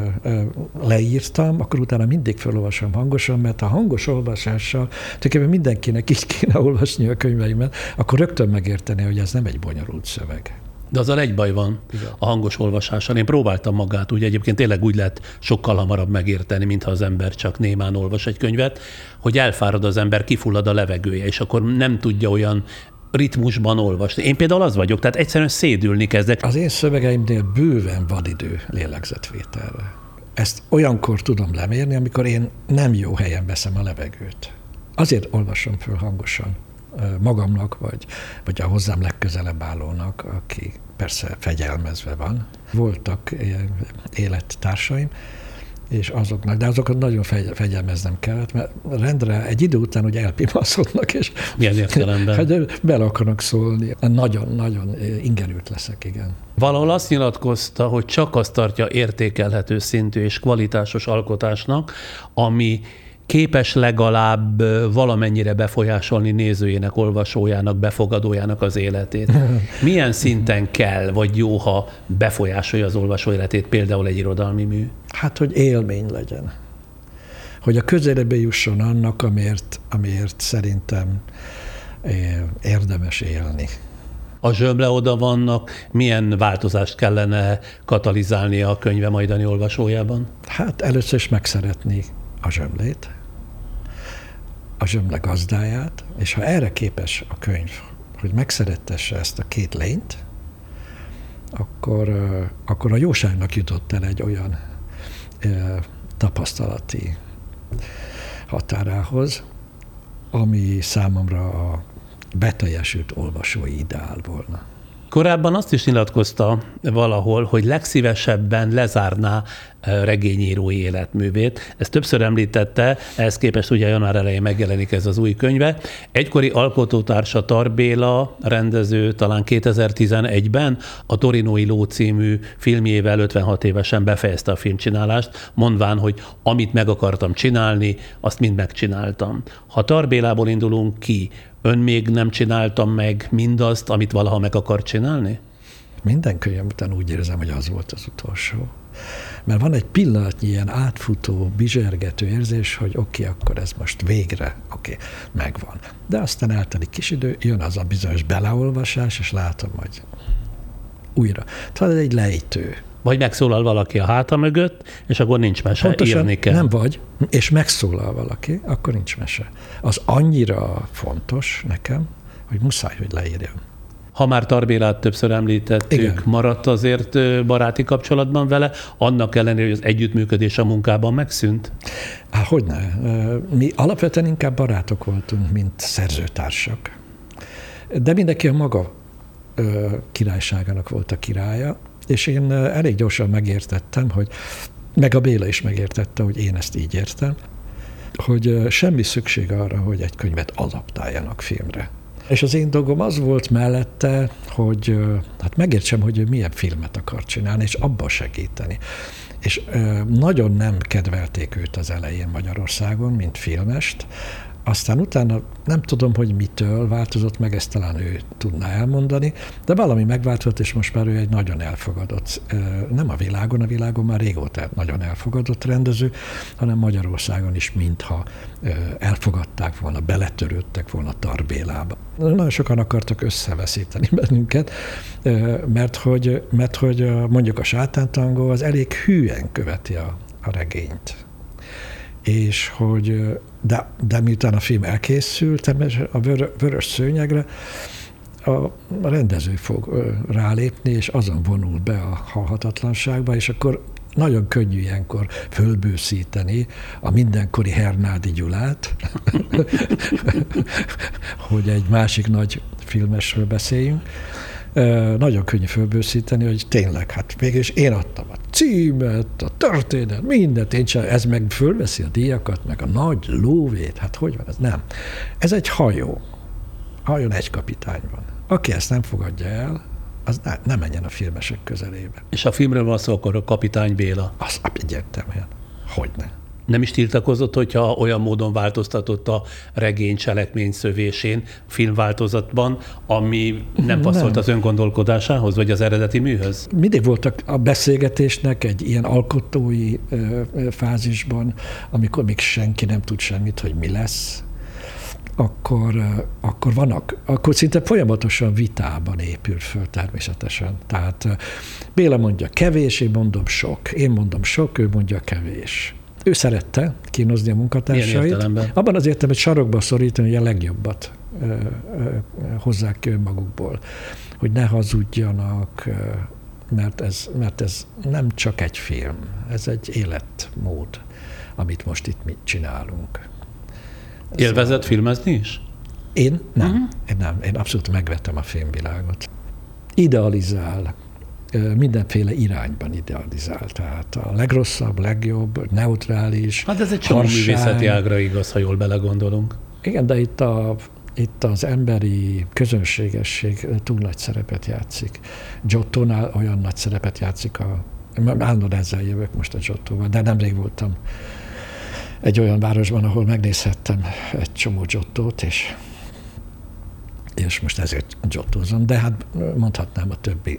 leírtam, akkor utána mindig felolvasom hangosan, mert a hangos olvasással, tulajdonképpen mindenkinek így kéne olvasni a könyveimet, akkor rögtön megérteni, hogy ez nem egy bonyolult szöveg. De azzal egy baj van. Igen. A hangos olvasással. Én próbáltam magát, úgy egyébként tényleg úgy lehet sokkal hamarabb megérteni, mintha az ember csak némán olvas egy könyvet, hogy elfárad az ember, kifullad a levegője, és akkor nem tudja olyan ritmusban olvasni. Én például az vagyok, tehát egyszerűen szédülni kezdek. Az én szövegeimnél bőven van idő lélegzetvételre. Ezt olyankor tudom lemérni, amikor én nem jó helyen veszem a levegőt. Azért olvasom föl hangosan magamnak, vagy, vagy a hozzám legközelebb állónak, aki persze fegyelmezve van. Voltak élettársaim, és azoknak, de azokat nagyon fegyelmeznem kellett, mert rendre egy idő után ugye elpimaszodnak, és milyen értelemben? Hát bele akarnak szólni. Nagyon-nagyon ingerült leszek, igen. Valahol azt nyilatkozta, hogy csak azt tartja értékelhető szintű és kvalitásos alkotásnak, ami képes legalább valamennyire befolyásolni nézőjének, olvasójának, befogadójának az életét. Milyen szinten kell, vagy jó, ha befolyásolja az olvasó életét, például egy irodalmi mű? Hát, hogy élmény legyen. Hogy a közelébe jusson annak, amiért, amiért szerintem érdemes élni. a zsömle oda vannak, milyen változást kellene katalizálnia a könyve majdani olvasójában? Hát először is megszeretni a zsömlét, a zsömle gazdáját, és ha erre képes a könyv, hogy megszerettesse ezt a két lényt, akkor, akkor a jóságnak jutott el egy olyan e, tapasztalati határához, ami számomra a beteljesült olvasói ideál volna. Korábban azt is nyilatkozta valahol, hogy legszívesebben lezárná regényírói életművét. Ezt többször említette, ehhez képest ugye január elején megjelenik ez az új könyve. Egykori alkotótársa Tar Béla rendező talán kétezer-tizenegyben a Torinói Ló című filmjével ötvenhat évesen befejezte a filmcsinálást, mondván, hogy amit meg akartam csinálni, azt mind megcsináltam. Ha Tar Bélából indulunk ki, ön még nem csináltam meg mindazt, amit valaha meg akar csinálni? Minden könyvem után úgy érzem, hogy az volt az utolsó. Mert van egy pillanatnyi ilyen átfutó, bizsergető érzés, hogy oké, okay, akkor ez most végre, oké, okay, megvan. De aztán eltelik kis idő, jön az a bizonyos beleolvasás, és látom, hogy újra. Tehát ez egy lejtő. Vagy megszólal valaki a háta mögött, és akkor nincs mese, Pontosan írni kell. Nem vagy, és megszólal valaki, akkor nincs mese. Az annyira fontos nekem, hogy muszáj, hogy leírjam. Ha már Tar Bélát többször említettük, igen, maradt azért baráti kapcsolatban vele, annak ellenére, hogy az együttműködés a munkában megszűnt? Há, hogyne. Mi alapvetően inkább barátok voltunk, mint szerzőtársak. De mindenki a maga királyságának volt a királya, és én elég gyorsan megértettem, hogy meg a Béla is megértette, hogy én ezt így értem, hogy semmi szükség arra, hogy egy könyvet adaptáljanak filmre. És az én dolgom az volt mellette, hogy hát megértsem, hogy ő milyen filmet akar csinálni, és abban segíteni. És nagyon nem kedvelték őt az elején Magyarországon, mint filmest, aztán utána nem tudom, hogy mitől változott meg, ezt talán ő tudná elmondani, de valami megváltozott, és most már ő egy nagyon elfogadott, nem a világon, a világon már régóta nagyon elfogadott rendező, hanem Magyarországon is mintha elfogadták volna, beletörődtek volna Tar Bélába. Nagyon sokan akartak összeveszíteni bennünket, mert hogy, mert hogy mondjuk a Sátántangó az elég hűen követi a, a regényt. És hogy, de, de miután a film elkészült, a vör, vörös szőnyegre a, a rendező fog rálépni, és azon vonul be a halhatatlanságba, és akkor nagyon könnyű ilyenkor fölbőszíteni a mindenkori Hernádi Gyulát, hogy egy másik nagy filmesről beszéljünk. Nagyon könnyű fölbőszíteni, hogy tényleg, hát mégis én adtam a címet, a történet, mindent, én sem, ez meg fölveszi a díjakat, meg a nagy lóvét, hát hogy van ez? Nem. Ez egy hajó. Hajón egy kapitány van. Aki ezt nem fogadja el, az ne, ne menjen a filmesek közelébe. És a filmről van szó, akkor a Kapitány Béla. Az egyértelműen. Hogyne. Nem is tiltakozott, hogyha olyan módon változtatott a regény cselekmény szövésén, filmváltozatban, ami nem passzolt nem. az öngondolkodásához, vagy az eredeti műhöz? Mindig voltak a beszélgetésnek egy ilyen alkotói ö, ö, fázisban, amikor még senki nem tud semmit, hogy mi lesz, akkor, ö, akkor vannak, akkor szinte folyamatosan vitában épül föl természetesen. Tehát ö, Béla mondja kevés, én mondom sok. Én mondom sok, ő mondja kevés. Ő szerette kínozni a munkatársait. Abban az értelemben, hogy sarokba szorítani, hogy a legjobbat ö, ö, hozzák ki önmagukból. Hogy ne hazudjanak, ö, mert, ez, mert ez nem csak egy film, ez egy életmód, amit most itt mi csinálunk. Élvezett szóval... filmezni is? Én nem. Uh-huh. Én nem. Én abszolút megvettem a filmvilágot. Idealizál. Mindenféle irányban idealizál. Tehát a legrosszabb, legjobb, neutrális, hát ez egy csomó művészeti ágra igaz, ha jól belegondolunk. Igen, de itt, a, itt az emberi közönségesség túl nagy szerepet játszik. Giottónál olyan nagy szerepet játszik, a, állandóan ezzel jövök most a Giottóval, de nemrég voltam egy olyan városban, ahol megnézhettem egy csomó Giottót, és, és most ezért Giottózom, de hát mondhatnám a többi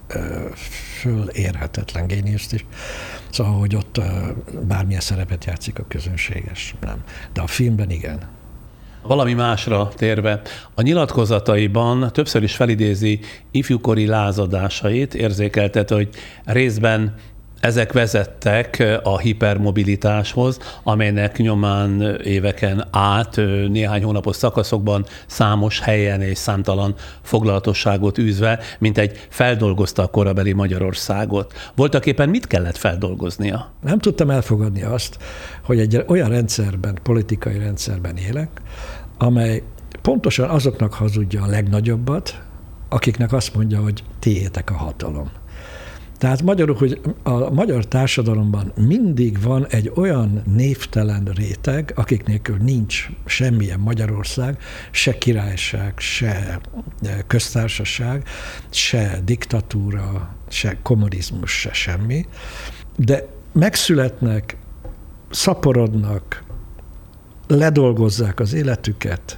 fölérhetetlen géniuszt is. Szóval, hogy ott bármilyen szerepet játszik a közönséges, nem. De a filmben igen. Valami másra térve, a nyilatkozataiban többször is felidézi ifjúkori lázadásait, érzékeltet, hogy részben ezek vezettek a hipermobilitáshoz, amelynek nyomán éveken át, néhány hónapos szakaszokban számos helyen és számtalan foglalatosságot űzve, mint egy feldolgozta a korabeli Magyarországot. Voltaképpen mit kellett feldolgoznia? Nem tudtam elfogadni azt, hogy egy olyan rendszerben, politikai rendszerben élek, amely pontosan azoknak hazudja a legnagyobbat, akiknek azt mondja, hogy tiétek a hatalom. Tehát magyarul, hogy a magyar társadalomban mindig van egy olyan névtelen réteg, akik nélkül nincs semmilyen Magyarország, se királyság, se köztársaság, se diktatúra, se kommunizmus, se semmi, de megszületnek, szaporodnak, ledolgozzák az életüket,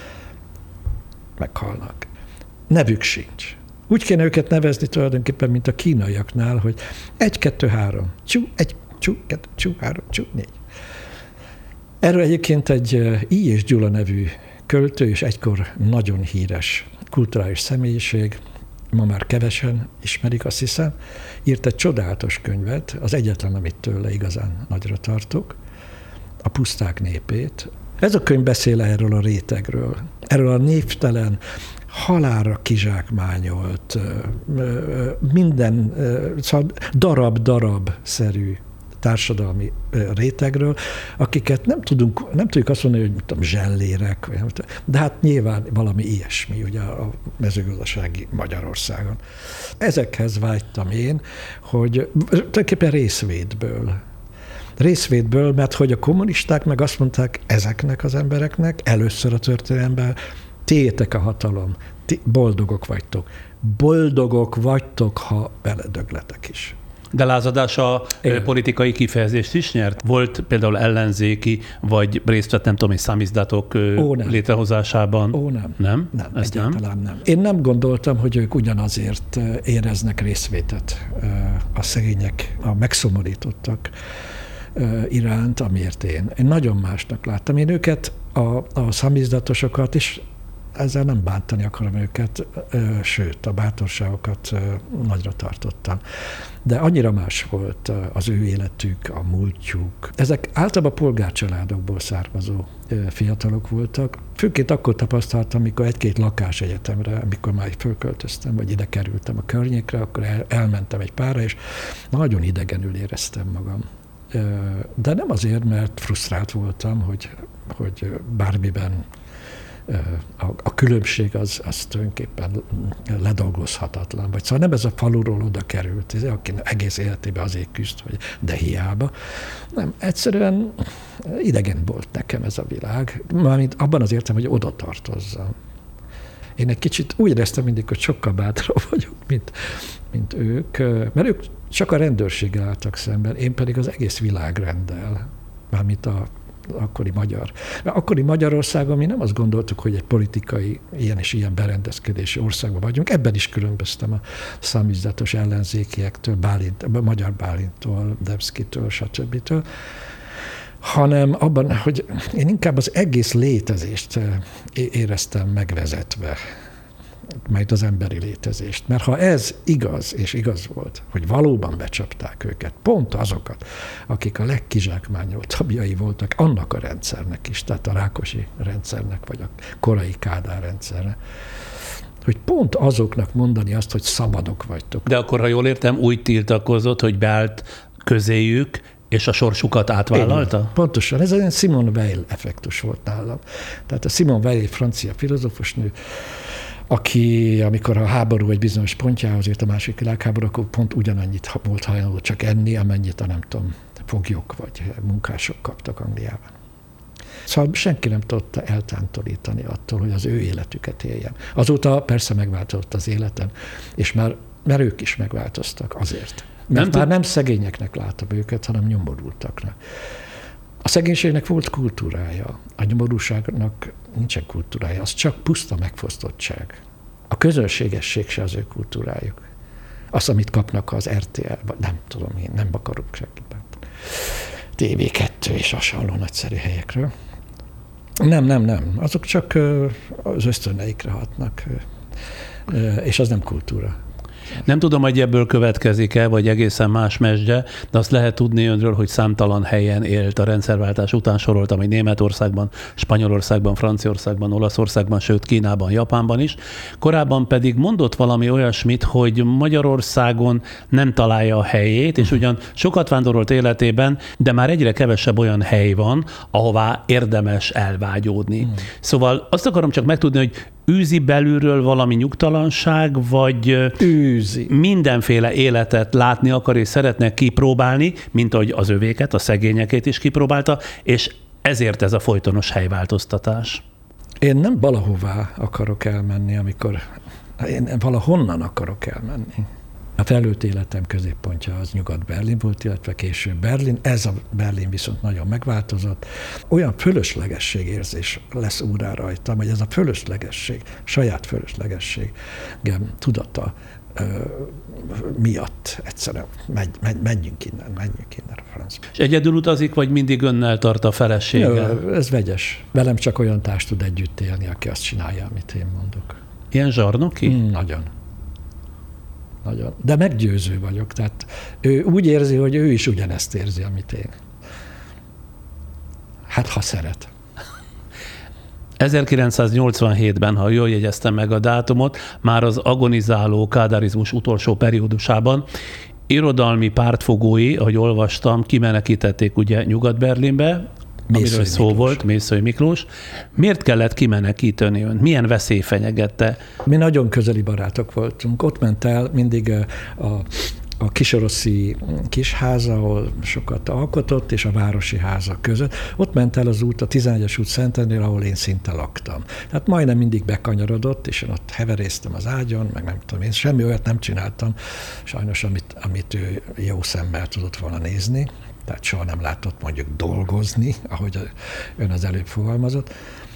meghalnak. Nevük sincs. Úgy kéne őket nevezni tulajdonképpen, mint a kínaiaknál, hogy egy, kettő, három, csú, egy, csú, kettő, csú, három, csú, négy. Erről egyébként egy I. és Gyula nevű költő, és egykor nagyon híres kulturális személyiség, ma már kevesen ismerik, azt hiszem, írt egy csodálatos könyvet, az egyetlen, amit tőle igazán nagyra tartok, A puszták népét. Ez a könyv beszél erről a rétegről, erről a névtelen, halálra kizsákmányolt, minden szóval darab-darab-szerű társadalmi rétegről, akiket nem tudunk, nem tudjuk azt mondani, hogy mit tudom, zsellérek, de hát nyilván valami ilyesmi ugye a mezőgazdasági Magyarországon. Ezekhez vágytam én, hogy tulajdonképpen részvétből. Részvétből, mert hogy a kommunisták meg azt mondták ezeknek az embereknek először a történelemben, tiétek a hatalom, ti boldogok vagytok. Boldogok vagytok, ha beledögletek is. De lázadás a igen. Politikai kifejezést is nyert? Volt például ellenzéki, vagy részt vett, nem tudom, és számizdatok Ó, nem. létrehozásában? Ó, nem. Nem? Nem, Ezt egyáltalán nem? nem. Én nem gondoltam, hogy ők ugyanazért éreznek részvétet a szegények, a megszomorítottak iránt, amiért én. Én nagyon másnak láttam. Én őket, a, a szamizdatosokat is, ezzel nem bántani akarom őket, sőt, a bátorságokat nagyra tartottam. De annyira más volt az ő életük, a múltjuk. Ezek általában polgárcsaládokból származó fiatalok voltak. Főként akkor tapasztaltam, amikor egy-két lakásegyetemre, amikor már fölköltöztem, vagy ide kerültem a környékre, akkor el, elmentem egy párra, és nagyon idegenül éreztem magam. De nem azért, mert frusztrált voltam, hogy, hogy bármiben a, a különbség az, az tulajdonképpen ledolgozhatatlan. Vagy szóval nem ez a faluról oda került, aki egész életében azért küzd, hogy de hiába. Nem, egyszerűen idegen volt nekem ez a világ, mármint abban az értem, hogy oda tartozzam. Én egy kicsit úgy éreztem mindig, hogy sokkal bátrabb vagyok, mint, mint ők, mert ők csak a rendőrséggel álltak szemben, én pedig az egész világrenddel, mármint a akkori magyar. Mert akkori Magyarországon mi nem azt gondoltuk, hogy egy politikai ilyen és ilyen berendezkedési országban vagyunk. Ebben is különböztem a számizdatos ellenzékiektől, Bálint, Magyar Bálintól, Debszkitől, stb. Hanem abban, hogy én inkább az egész létezést éreztem megvezetve, majd az emberi létezést. Mert ha ez igaz, és igaz volt, hogy valóban becsapták őket, pont azokat, akik a legkizsákmányoltabbjai voltak annak a rendszernek is, tehát a Rákosi rendszernek, vagy a korai Kádár rendszernek, hogy pont azoknak mondani azt, hogy szabadok vagytok. De akkor, ha jól értem, úgy tiltakozott, hogy beállt közéjük, és a sorsukat átvállalta? Én, pontosan. Ez egy Simone Weil effektus volt nálam. Tehát a Simone Weil, francia filozófusnő, aki, amikor a háború egy bizonyos pontjához ért, a második világháború, akkor pont ugyanannyit volt hajlandó csak enni, amennyit a nem tudom, foglyok vagy munkások kaptak Angliában. Szóval senki nem tudta eltántorítani attól, hogy az ő életüket éljen. Azóta persze megváltozott az életem, és már, már ők is megváltoztak azért. Mert nem már nem szegényeknek látom őket, hanem nyomorultaknak. A szegénységnek volt kultúrája, a nyomorúságnak nincsen kultúrája, az csak puszta megfosztottság. A közönségesség se az ő kultúrájuk. Az, amit kapnak az er té el, nem tudom én, nem akarok senkit. té vé kettő és hasonló nagyszerű helyekről. Nem, nem, nem. Azok csak az ösztöneikre hatnak, és az nem kultúra. Nem tudom, hogy ebből következik-e, vagy egészen más mesdje, de azt lehet tudni önről, hogy számtalan helyen élt a rendszerváltás után, soroltam, hogy Németországban, Spanyolországban, Franciaországban, Olaszországban, sőt Kínában, Japánban is. Korábban pedig mondott valami olyasmit, hogy Magyarországon nem találja a helyét, és ugyan sokat vándorolt életében, de már egyre kevesebb olyan hely van, ahová érdemes elvágyódni. Hmm. Szóval azt akarom csak megtudni, hogy űzi belülről valami nyugtalanság, vagy űzi. Mindenféle életet látni akar és szeretne kipróbálni, mint ahogy az övéket, a szegényekét is kipróbálta, és ezért ez a folytonos helyváltoztatás. Én nem valahová akarok elmenni, amikor én valahonnan akarok elmenni. A felnőtt életem középpontja az Nyugat-Berlin volt, illetve később Berlin. Ez a Berlin viszont nagyon megváltozott. Olyan fölöslegességérzés lesz úrá rajtam, hogy ez a fölöslegesség, saját fölöslegesség tudata ö, miatt egyszerűen megy, megy, menjünk innen, menjünk innen a francba. És egyedül utazik, vagy mindig önnel tart a feleséggel? Ja, ez vegyes. Velem csak olyan társ tud együtt élni, aki azt csinálja, amit én mondok. Ilyen zsarnoki? Mm, nagyon. Nagyon. De meggyőző vagyok. Tehát ő úgy érzi, hogy ő is ugyanezt érzi, amit én. Hát, ha szeret. ezerkilencszáznyolcvanhétben, ha jól jegyeztem meg a dátumot, már az agonizáló kádárizmus utolsó periódusában irodalmi pártfogói, ahogy olvastam, kimenekítették ugye Nyugat-Berlinbe, amiről szó Miklós. volt, Mészöly Miklós. Miért kellett kimenekíteni ön? Milyen veszély fenyegette? Mi nagyon közeli barátok voltunk. Ott ment el mindig a, a kisoroszi kisháza, ahol sokat alkotott, és a városi háza között. Ott ment el az út, a tizenegyes út Szentendrél, ahol én szinte laktam. Tehát majdnem mindig bekanyarodott, és én ott heveréztem az ágyon, meg nem tudom, én semmi olyat nem csináltam, sajnos, amit, amit ő jó szemmel tudott volna nézni. Tehát soha nem látott mondjuk dolgozni, ahogy ön az előbb fogalmazott,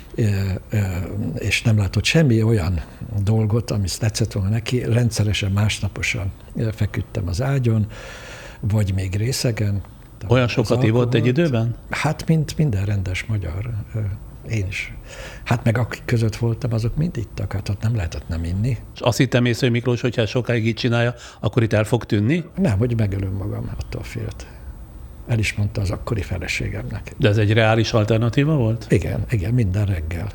és nem látott semmi olyan dolgot, ami tetszett volna neki, rendszeresen másnaposan feküdtem az ágyon, vagy még részegen. Olyan sokat ivott egy időben? Hát, mint minden rendes magyar. Én is. Hát meg akik között voltam, azok mind ittak, hát ott nem lehetett nem inni. És azt hittem Mészöly Miklós, hogyha sokáig így csinálja, akkor itt el fog tűnni? Nem, hogy megölöm magam, attól félt. El is mondta az akkori feleségemnek. De ez egy reális alternatíva volt? Igen, igen, minden reggel.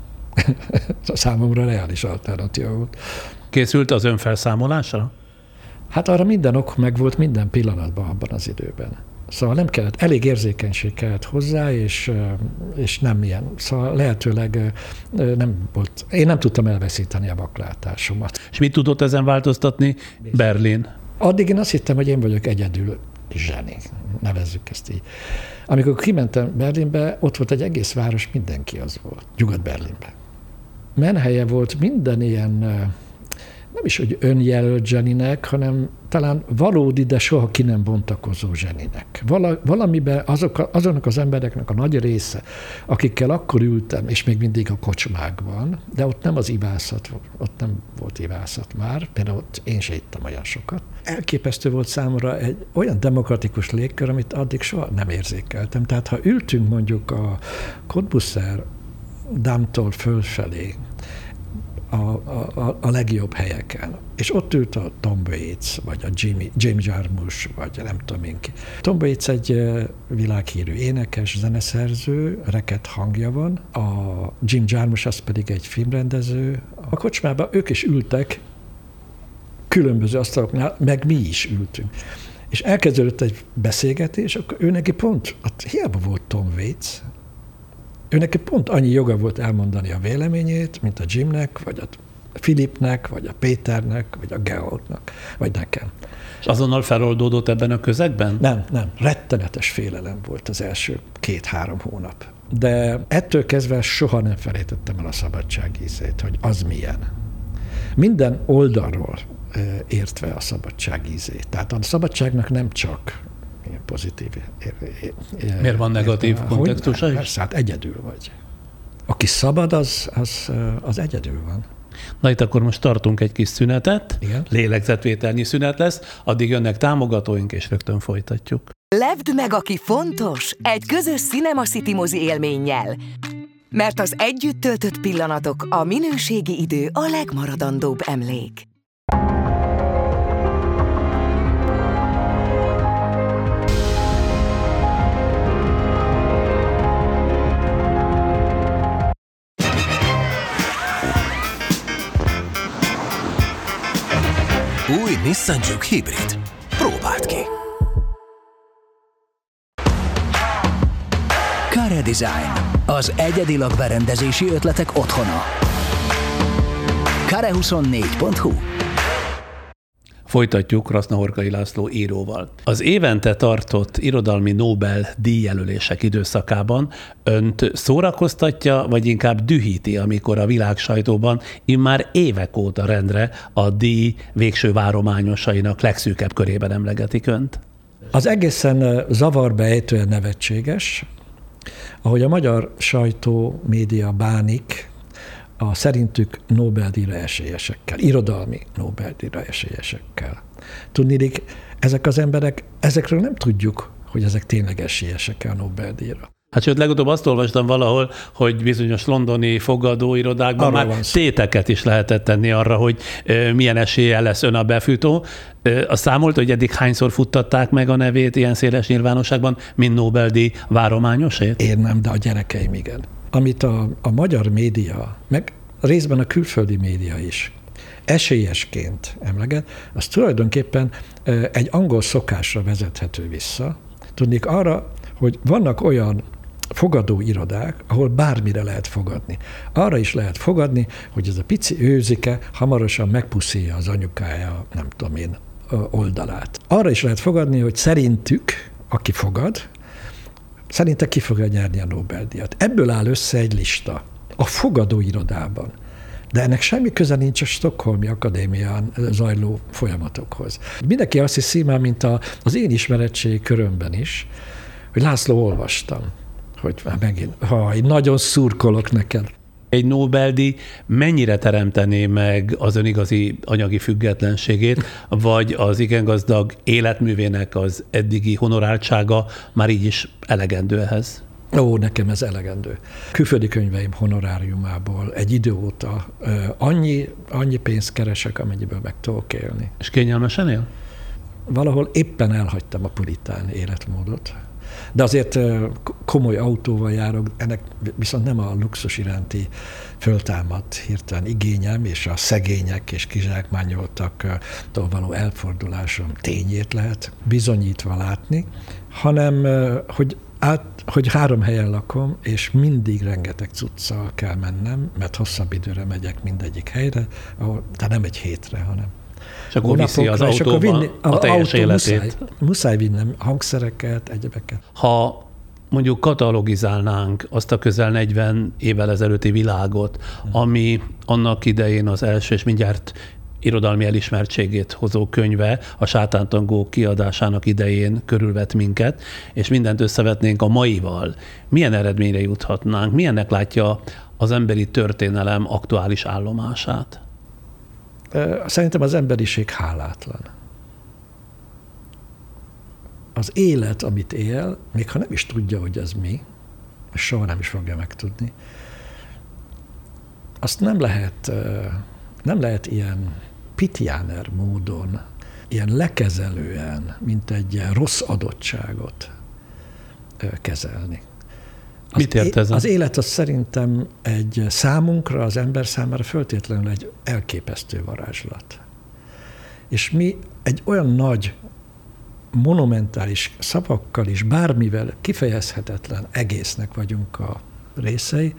Számomra reális alternatíva volt. Készült az önfelszámolásra? Hát arra minden ok meg volt minden pillanatban abban az időben. Szóval nem kellett, elég érzékenység kellett hozzá, és, és nem ilyen. Szóval lehetőleg nem volt, én nem tudtam elveszíteni a vaklátásomat. És mit tudott ezen változtatni Berlin? Addig én azt hittem, hogy én vagyok egyedül zseni, nevezzük ezt így. Amikor kimentem Berlinbe, ott volt egy egész város, mindenki az volt, Nyugat-Berlinbe. Menhelye volt minden ilyen, nem is, hogy önjelölt zseninek, hanem talán valódi, de soha ki nem bontakozó zseninek. Vala, valamiben azok, azonnak az embereknek a nagy része, akikkel akkor ültem, és még mindig a kocsmákban, de ott nem az ivászat, ott nem volt ivászat már, például ott én se ittam olyan sokat. Elképesztő volt számomra egy olyan demokratikus légkör, amit addig soha nem érzékeltem. Tehát ha ültünk mondjuk a Cottbusser dámtól fölfelé, A, a, a legjobb helyeken. És ott ült a Tom Waits, vagy a Jimmy, James Jarmusch, vagy nem tudom én ki. Tom Waits egy világhírű énekes, zeneszerző, reket hangja van, a Jim Jarmusch az pedig egy filmrendező. A kocsmában ők is ültek különböző asztaloknál, meg mi is ültünk. És elkezdődött egy beszélgetés, akkor ő neki pont, hát hiába volt Tom Waits, ő neki pont annyi joga volt elmondani a véleményét, mint a Jimnek, vagy a Philipnek, vagy a Péternek, vagy a Georgnak, vagy nekem. És azonnal feloldódott ebben a közegben? Nem, nem. Rettenetes félelem volt az első két-három hónap. De ettől kezdve soha nem felejtettem el a szabadság ízét, hogy az milyen. Minden oldalról értve a szabadság ízét. Tehát a szabadságnak nem csak pozitív. Miért van negatív kontextusa is? Persze, hát egyedül vagy. Aki szabad, az, az, az egyedül van. Na itt akkor most tartunk egy kis szünetet, igen? Lélegzetvételnyi szünet lesz, addig jönnek támogatóink, és rögtön folytatjuk. Lepd meg, aki fontos, egy közös Cinema City mozi élménnyel. Mert az együtt töltött pillanatok, a minőségi idő a legmaradandóbb emlék. Új Nissan Juke Hybrid. Próbáld ki! Care Design. Az egyedi lakberendezési ötletek otthona. kare huszonnégy pont hu. Folytatjuk Krasznahorkai László íróval. Az évente tartott irodalmi Nobel-díjjelölések időszakában önt szórakoztatja, vagy inkább dühíti, amikor a világ sajtóban immár évek óta rendre a díj végső várományosainak legszűkebb körében emlegetik önt? Az egészen zavarba ejtően nevetséges, ahogy a magyar sajtó, média bánik a szerintük Nobel-díjra esélyesekkel, irodalmi Nobel-díjra esélyesekkel. Tudniillik, ezek az emberek, ezekről nem tudjuk, hogy ezek tényleg esélyesek a Nobel-díjra. Hát sőt, legutóbb azt olvastam valahol, hogy bizonyos londoni fogadóirodákban Arra már téteket is lehetett tenni arra, hogy milyen eséllyel lesz ön a befutó. A számolt, hogy eddig hányszor futtatták meg a nevét ilyen széles nyilvánosságban, mint Nobel-díj várományosét? Én nem, de a gyerekeim igen. Amit a, a magyar média, meg részben a külföldi média is esélyesként emleget, az tulajdonképpen egy angol szokásra vezethető vissza. Tudnék arra, hogy vannak olyan fogadóirodák, ahol bármire lehet fogadni. Arra is lehet fogadni, hogy ez a pici őzike hamarosan megpuszilja az anyukája, nem tudom én, oldalát. Arra is lehet fogadni, hogy szerintük, aki fogad, szerinte ki fogja nyerni a Nobel-díjat. Ebből áll össze egy lista a fogadóirodában. De ennek semmi köze nincs a Stockholmi Akadémián zajló folyamatokhoz. Mindenki azt hiszi már, mint a, az én ismeretségi körömben is, hogy László, olvastam, hogy már megint, ha én nagyon szurkolok neked. Egy Nobel-díj mennyire teremtené meg az ön igazi anyagi függetlenségét, vagy az igen gazdag életművének az eddigi honoráltsága már így is elegendő ehhez? Ó, nekem ez elegendő. Külföldi könyveim honoráriumából egy idő óta annyi, annyi pénzt keresek, amennyiből meg tudok élni. És kényelmesen él? Valahol éppen elhagytam a puritán életmódot. De azért komoly autóval járok, ennek viszont nem a luxus iránti föltámadt hirtelen igényem, és a szegények és kizsákmányoltak való elfordulásom tényét lehet bizonyítva látni, hanem hogy, át, hogy három helyen lakom, és mindig rengeteg cuccal kell mennem, mert hosszabb időre megyek mindegyik helyre, ahol, tehát nem egy hétre, hanem és akkor viszi az autóban vinni, a, a teljes autó életét. Muszáj, muszáj vinnem hangszereket, egyebeket. Ha mondjuk katalogizálnánk azt a közel negyven évvel ezelőtti világot, ami annak idején az első és mindjárt irodalmi elismertségét hozó könyve, a Sátántangó kiadásának idején körülvett minket, és mindent összevetnénk a maival, milyen eredményre juthatnánk? Milyennek látja az emberi történelem aktuális állomását? Szerintem az emberiség hálátlan. Az élet, amit él, még ha nem is tudja, hogy ez mi, és soha nem is fogja megtudni, azt nem lehet, nem lehet ilyen pitjáner módon, ilyen lekezelően, mint egy ilyen rossz adottságot kezelni. Az Mit ért ezen? Az élet az szerintem egy számunkra, az ember számára föltétlenül egy elképesztő varázslat. És mi egy olyan nagy, monumentális szavakkal is, bármivel kifejezhetetlen egésznek vagyunk a részei,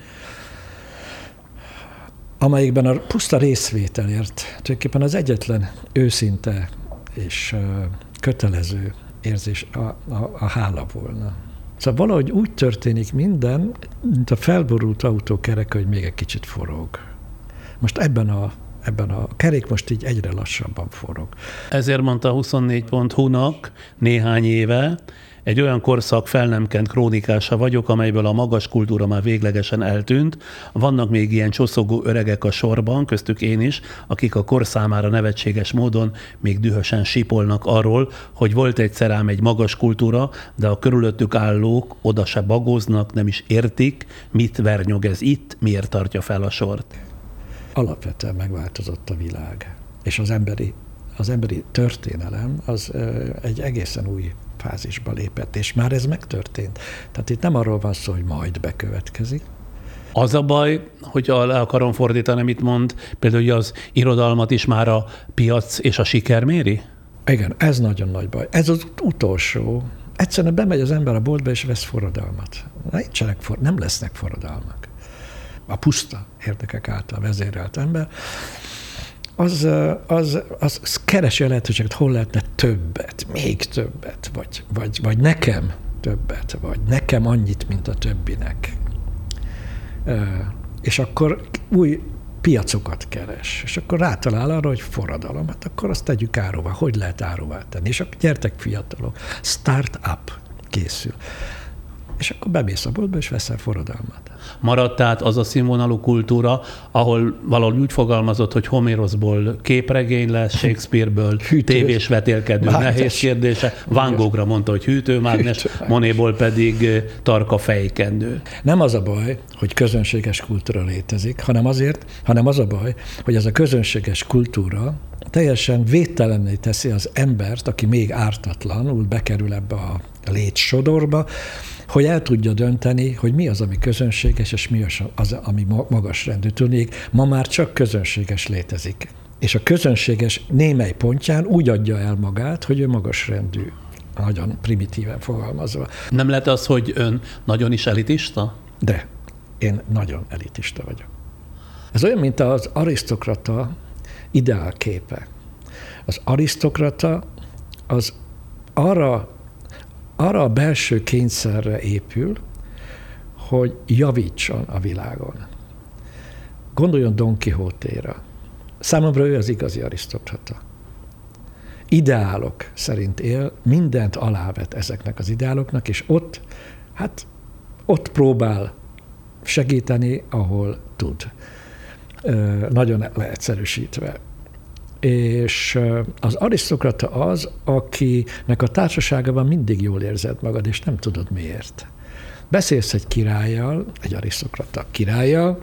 amelyikben a puszta részvételért tulajdonképpen az egyetlen őszinte és kötelező érzés a, a, a hála volna. Szóval valahogy úgy történik minden, mint a felborult autó kereke, hogy még egy kicsit forog. Most ebben a, ebben a kerék most így egyre lassabban forog. Ezért mondta a huszonnégy pont hu-nak néhány éve, Egy olyan korszak fel nem kent krónikása vagyok, amelyből a magas kultúra már véglegesen eltűnt. Vannak még ilyen csoszogó öregek a sorban, köztük én is, akik a kor számára nevetséges módon még dühösen sipolnak arról, hogy volt egyszer ám egy magas kultúra, de a körülöttük állók oda se bagóznak, nem is értik, mit vernyog ez itt, miért tartja fel a sort. Alapvetően megváltozott a világ, és az emberi, az emberi történelem az egy egészen új fázisba lépett, és már ez megtörtént. Tehát itt nem arról van szó, hogy majd bekövetkezik. Az a baj, hogyha le akarom fordítani, amit mond, például, hogy az irodalmat is már a piac és a siker méri? Igen, ez nagyon nagy baj. Ez az utolsó. Egyszerűen bemegy az ember a boltba, és vesz forradalmat. For, nem lesznek forradalmak. A puszta érdekek által vezérelt ember, az, az, az, az keresi a lehetőséget, hol lehetne többet, még többet, vagy, vagy, vagy nekem többet, vagy nekem annyit, mint a többinek. És akkor új piacokat keres, és akkor rátalál arra, hogy forradalom, hát akkor azt tegyük áróvá. Hogy lehet áróvá tenni? És akkor gyertek fiatalok, start-up készül. És akkor bemész a boltba, és veszel forradalmat. Maradt tehát az a színvonalú kultúra, ahol valahogy úgy fogalmazott, hogy Homéroszból képregény lesz, Shakespeare-ből tévés vetélkedő, nehéz kérdése, Van Goghra mondta, hogy hűtőmágnes, Monéból pedig tarka fejkendő. Nem az a baj, hogy közönséges kultúra létezik, hanem azért, hanem az a baj, hogy ez a közönséges kultúra teljesen védtelenné teszi az embert, aki még ártatlanul bekerül ebbe a létsodorba, hogy el tudja dönteni, hogy mi az, ami közönséges, és mi az, ami magasrendű. Tudnék, ma már csak közönséges létezik. És a közönséges némely pontján úgy adja el magát, hogy ő magasrendű, nagyon primitíven fogalmazva. Nem lehet az, hogy ön nagyon is elitista? De én nagyon elitista vagyok. Ez olyan, mint az arisztokrata ideálképe. Az arisztokrata az arra arra a belső kényszerre épül, hogy javítson a világon. Gondoljon Don Quixote-ra. Számomra ő az igazi arisztokrata. Ideálok szerint él, mindent alávet ezeknek az ideáloknak, és ott, hát ott próbál segíteni, ahol tud. Nagyon leegyszerűsítve. És az arisztokrata az, akinek a társaságában mindig jól érzed magad, és nem tudod miért. Beszélsz egy királlyal, egy arisztokrata királlyal,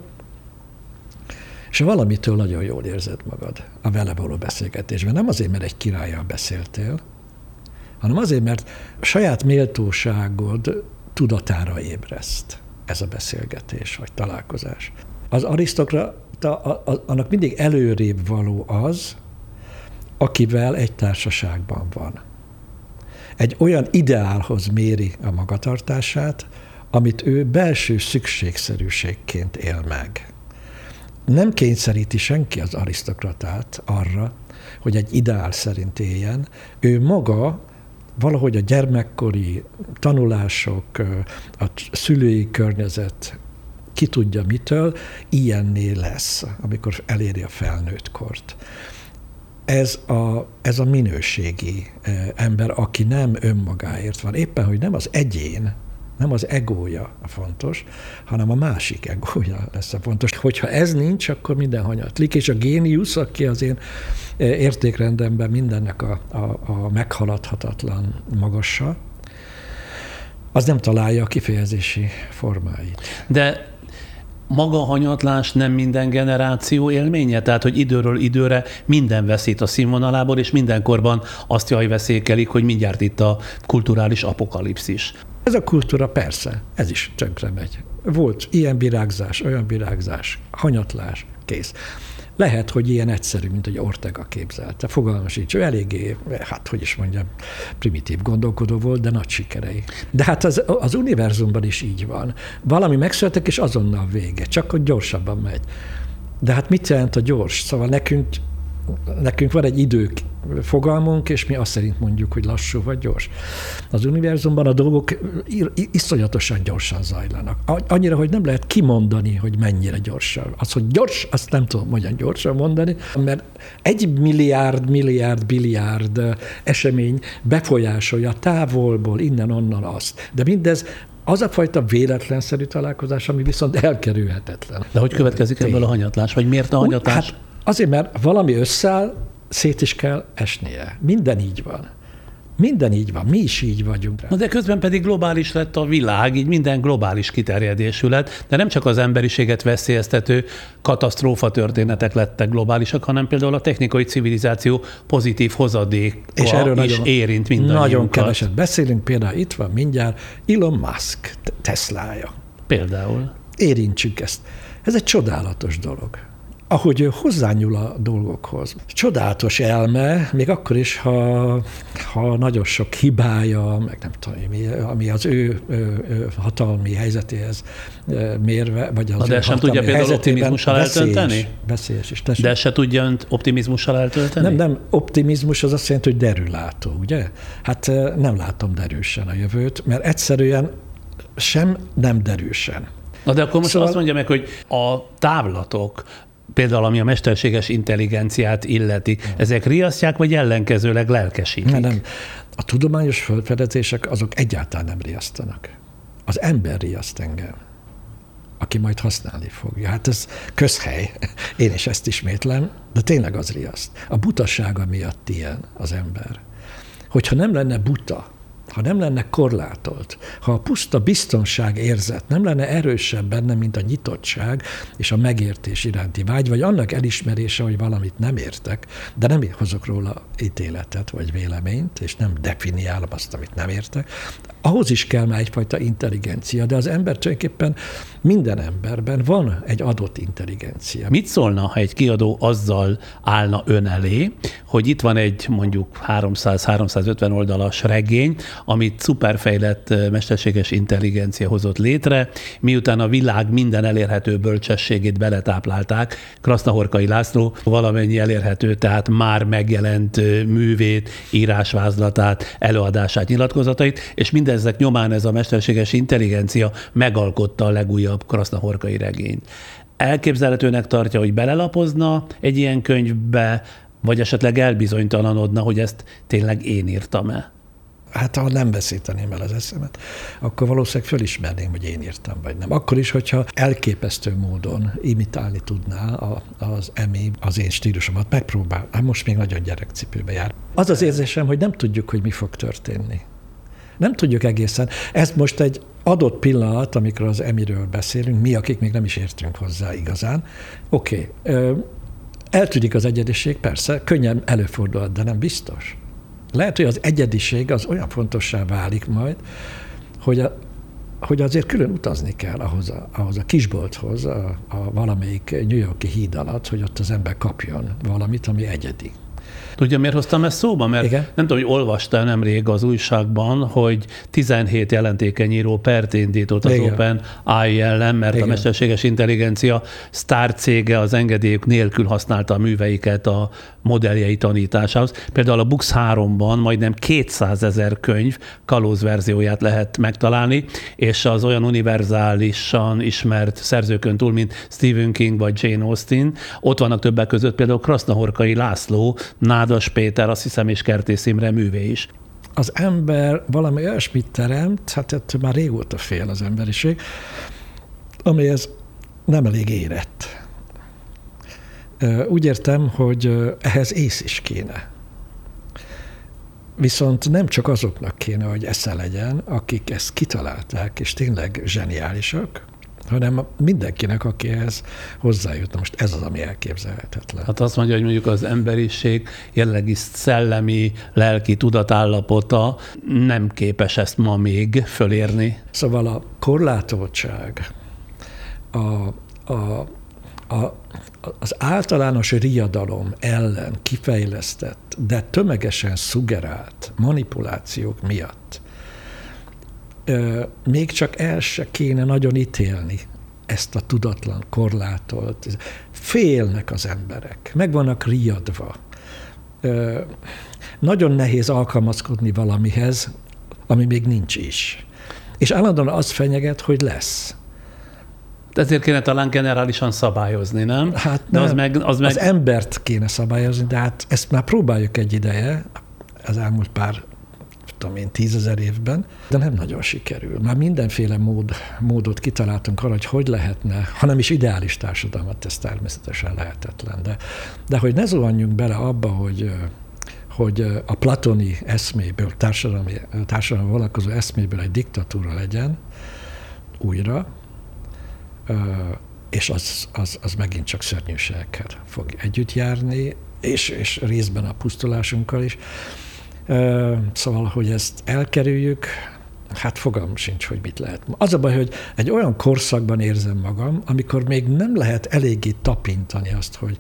és valamitől nagyon jól érzed magad a vele való beszélgetésben. Nem azért, mert egy királlyal beszéltél, hanem azért, mert a saját méltóságod tudatára ébreszt ez a beszélgetés, vagy találkozás. Az arisztokrata, annak mindig előrébb való az, akivel egy társaságban van. Egy olyan ideálhoz méri a magatartását, amit ő belső szükségszerűségként él meg. Nem kényszeríti senki az arisztokratát arra, hogy egy ideál szerint éljen. Ő maga valahogy a gyermekkori tanulások, a szülői környezet, ki tudja mitől, ilyenné lesz, amikor eléri a felnőtt kort. Ez a, ez a minőségi ember, aki nem önmagáért van. Éppen, hogy nem az egyén, nem az egója a fontos, hanem a másik egója lesz a fontos. Hogyha ez nincs, akkor minden hanyatlik, és a géniusz, aki az én értékrendemben mindennek a, a, a meghaladhatatlan magassa, az nem találja a kifejezési formáit. De maga a hanyatlás nem minden generáció élménye? Tehát, hogy időről időre minden veszít a színvonalából, és mindenkorban azt jajveszékelik, hogy mindjárt itt a kulturális apokalipszis. Ez a kultúra persze, ez is tönkre megy. Volt ilyen virágzás, olyan virágzás, hanyatlás, kész. Lehet, hogy ilyen egyszerű, mint hogy Ortega képzelte. Fogalmam sincs, ő eléggé, hát hogy is mondjam, primitív gondolkodó volt, de nagy sikerei. De hát az, az univerzumban is így van. Valami megszületik, és azonnal vége, csak hogy gyorsabban megy. De hát mit jelent a gyors? Szóval nekünk nekünk van egy idő fogalmunk, és mi azt szerint mondjuk, hogy lassú vagy gyors. Az univerzumban a dolgok iszonyatosan gyorsan zajlanak. Annyira, hogy nem lehet kimondani, hogy mennyire gyorsan. Az, hogy gyors, azt nem tudom olyan gyorsan mondani, mert egy milliárd, milliárd, biliárd esemény befolyásolja távolból, innen-onnan azt. De mindez az a fajta véletlenszerű találkozás, ami viszont elkerülhetetlen. De hogy következik ebből a hanyatlás? Vagy miért a hanyatlás? Hát azért, mert valami összeáll, szét is kell esnie. Minden így van. Minden így van. Mi is így vagyunk rá. Na de közben pedig globális lett a világ, így minden globális kiterjedésű lett, de nem csak az emberiséget veszélyeztető katasztrófa történetek lettek globálisak, hanem például a technikai civilizáció pozitív hozadéka és erről is nagyon, érint mindannyiunkat. Nagyon keveset beszélünk, például itt van mindjárt Elon Musk Teslája. Például. Érintsük ezt. Ez egy csodálatos dolog. Ahogy ő hozzányúl a dolgokhoz. Csodálatos elme, még akkor is, ha, ha nagyon sok hibája, meg nem tudom, mi, ami az ő, ő, ő hatalmi helyzetéhez mérve, vagy az Na, de sem tudja például optimizmussal eltölteni? Veszélyes is. De se tudja optimizmussal eltölteni? Nem, nem. Optimizmus az azt jelenti, hogy derűlátó, ugye? Hát nem látom derűsen a jövőt, mert egyszerűen sem nem derűsen. Na de akkor most szóval... azt mondja meg, hogy a távlatok, például ami a mesterséges intelligenciát illeti, ezek riasztják, vagy ellenkezőleg lelkesítik? Nem, nem. A tudományos felfedezések azok egyáltalán nem riasztanak. Az ember riaszt engem, aki majd használni fogja. Hát ez közhely. Én is ezt ismétlem, de tényleg az riaszt. A butasága miatt ilyen az ember. Hogyha nem lenne buta, ha nem lenne korlátolt, ha a puszta biztonság érzet nem lenne erősebb benne, mint a nyitottság és a megértés iránti vágy, vagy annak elismerése, hogy valamit nem értek, de nem hozok róla ítéletet vagy véleményt, és nem definiálom azt, amit nem értek, ahhoz is kell már egyfajta intelligencia, de az ember tulajdonképpen minden emberben van egy adott intelligencia. Mit szólna, ha egy kiadó azzal állna ön elé, hogy itt van egy mondjuk háromszáz-háromszázötven oldalas regény, amit szuperfejlett mesterséges intelligencia hozott létre, miután a világ minden elérhető bölcsességét beletáplálták, Krasznahorkai László valamennyi elérhető, tehát már megjelent művét, írásvázlatát, előadását, nyilatkozatait, és mindezek nyomán ez a mesterséges intelligencia megalkotta a legújabb Krasznahorkai regényt. Elképzelhetőnek tartja, hogy belelapozna egy ilyen könyvbe, vagy esetleg elbizonytalanodna, hogy ezt tényleg én írtam-e? Hát ha nem veszíteném el az eszemet, akkor valószínűleg fölismerném, hogy én írtam, vagy nem. Akkor is, hogyha elképesztő módon imitálni tudná az Emi az én stílusomat, megpróbál. Hát most még nagyon gyerekcipőbe jár. Az az érzésem, hogy nem tudjuk, hogy mi fog történni. Nem tudjuk egészen. Ez most egy adott pillanat, amikor az Emiről beszélünk, mi, akik még nem is értünk hozzá igazán. Oké, okay. Eltűnik az egyediség, persze, könnyen előfordulhat, de nem biztos. Lehet, hogy az egyediség az olyan fontossá válik majd, hogy, a, hogy azért külön utazni kell ahhoz a, ahhoz a kisbolthoz, a, a valamelyik New York-i híd alatt, hogy ott az ember kapjon valamit, ami egyedi. Tudja, miért hoztam ezt szóba? Mert igen? Nem tudom, hogy olvastál nemrég az újságban, hogy tizenhét jelentékenyíró pert indított az igen. OpenAI ellen, mert igen. a mesterséges intelligencia sztárcége az engedélyük nélkül használta a műveiket a modelljei tanításához. Például a Books háromban majdnem kétszázezer könyv kalózverzióját lehet megtalálni, és az olyan univerzálisan ismert szerzőkön túl, mint Stephen King vagy Jane Austen. Ott vannak többek között például Krasznahorkai László, Nádas Péter, azt hiszem, és Kertész Imre művé is. Az ember valami olyasmit teremt, hát ettől már régóta fél az emberiség, amihez nem elég érett. Úgy értem, hogy ehhez ész is kéne. Viszont nem csak azoknak kéne, hogy esze legyen, akik ezt kitalálták, és tényleg zseniálisak, hanem mindenkinek, aki ehhez hozzájut. Most ez az, ami elképzelhetetlen. Hát azt mondja, hogy mondjuk az emberiség jelenlegi szellemi, lelki tudatállapota nem képes ezt ma még fölérni. Szóval a korlátoltság, a, a, a, az általános riadalom ellen kifejlesztett, de tömegesen szuggerált manipulációk miatt még csak el se kéne nagyon ítélni ezt a tudatlan, korlátolt, félnek az emberek, meg vannak riadva. Nagyon nehéz alkalmazkodni valamihez, ami még nincs is. És állandóan az fenyeget, hogy lesz. Ezért kéne talán generálisan szabályozni, nem? Hát de nem. Az, meg, az, meg... az embert kéne szabályozni, de hát ezt már próbáljuk egy ideje, az elmúlt pár, tudom én, tízezer évben, de nem nagyon sikerül. Már mindenféle mód, módot kitaláltunk arra, hogy hogy lehetne, ha nem is ideális társadalmat, ez természetesen lehetetlen, de, de hogy ne zuhanjunk bele abba, hogy hogy a platoni eszméből, társadalmi, társadalmi vonatkozó eszméből egy diktatúra legyen újra, és az, az, az megint csak szörnyűségekkel fog együtt járni, és, és részben a pusztulásunkkal is. Szóval, hogy ezt elkerüljük, hát fogalmam sincs, hogy mit lehet. Az a baj, hogy egy olyan korszakban érzem magam, amikor még nem lehet eléggé tapintani azt, hogy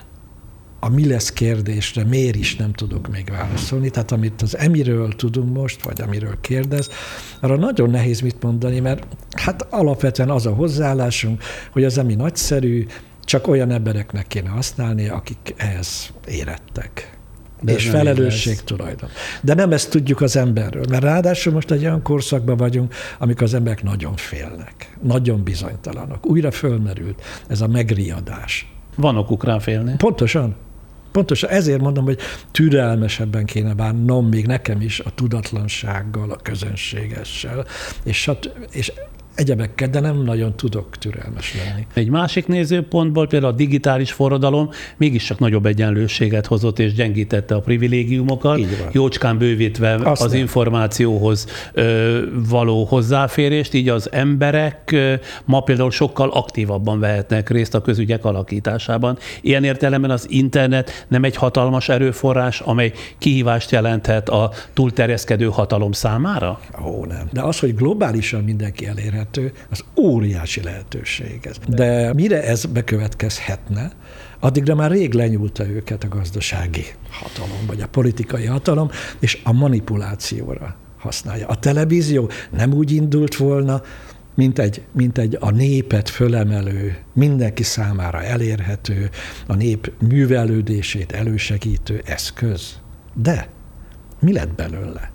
a mi lesz kérdésre miért is nem tudok még válaszolni. Tehát amit az emiről tudunk most, vagy amiről kérdez, arra nagyon nehéz mit mondani, mert hát alapvetően az a hozzáállásunk, hogy az emi nagyszerű, csak olyan embereknek kéne használni, akik ehhez érettek. De és felelősség tulajdon. De nem ezt tudjuk az emberről, mert ráadásul most egy olyan korszakban vagyunk, amikor az emberek nagyon félnek, nagyon bizonytalanok. Újra fölmerült ez a megriadás. Van okuk rá félni. Pontosan. Pontosan ezért mondom, hogy türelmesebben kéne bánnom még nekem is a tudatlansággal, a közönségessel, és, és egyebekkel, de nem nagyon tudok türelmes lenni. Egy másik nézőpontból például a digitális forradalom mégiscsak nagyobb egyenlőséget hozott és gyengítette a privilégiumokat, jócskán bővítve Azt az nem. információhoz ö, való hozzáférést, így az emberek ö, ma például sokkal aktívabban vehetnek részt a közügyek alakításában. Ilyen értelemben az internet nem egy hatalmas erőforrás, amely kihívást jelenthet a túlterjeszkedő hatalom számára? Ó, nem. De az, hogy globálisan mindenki elérhet, az óriási lehetőség. De mire ez bekövetkezhetne, addigra már rég lenyúlta őket a gazdasági hatalom, vagy a politikai hatalom, és a manipulációra használja. A televízió nem úgy indult volna, mint egy, mint egy a népet fölemelő, mindenki számára elérhető, a nép művelődését elősegítő eszköz. De mi lett belőle?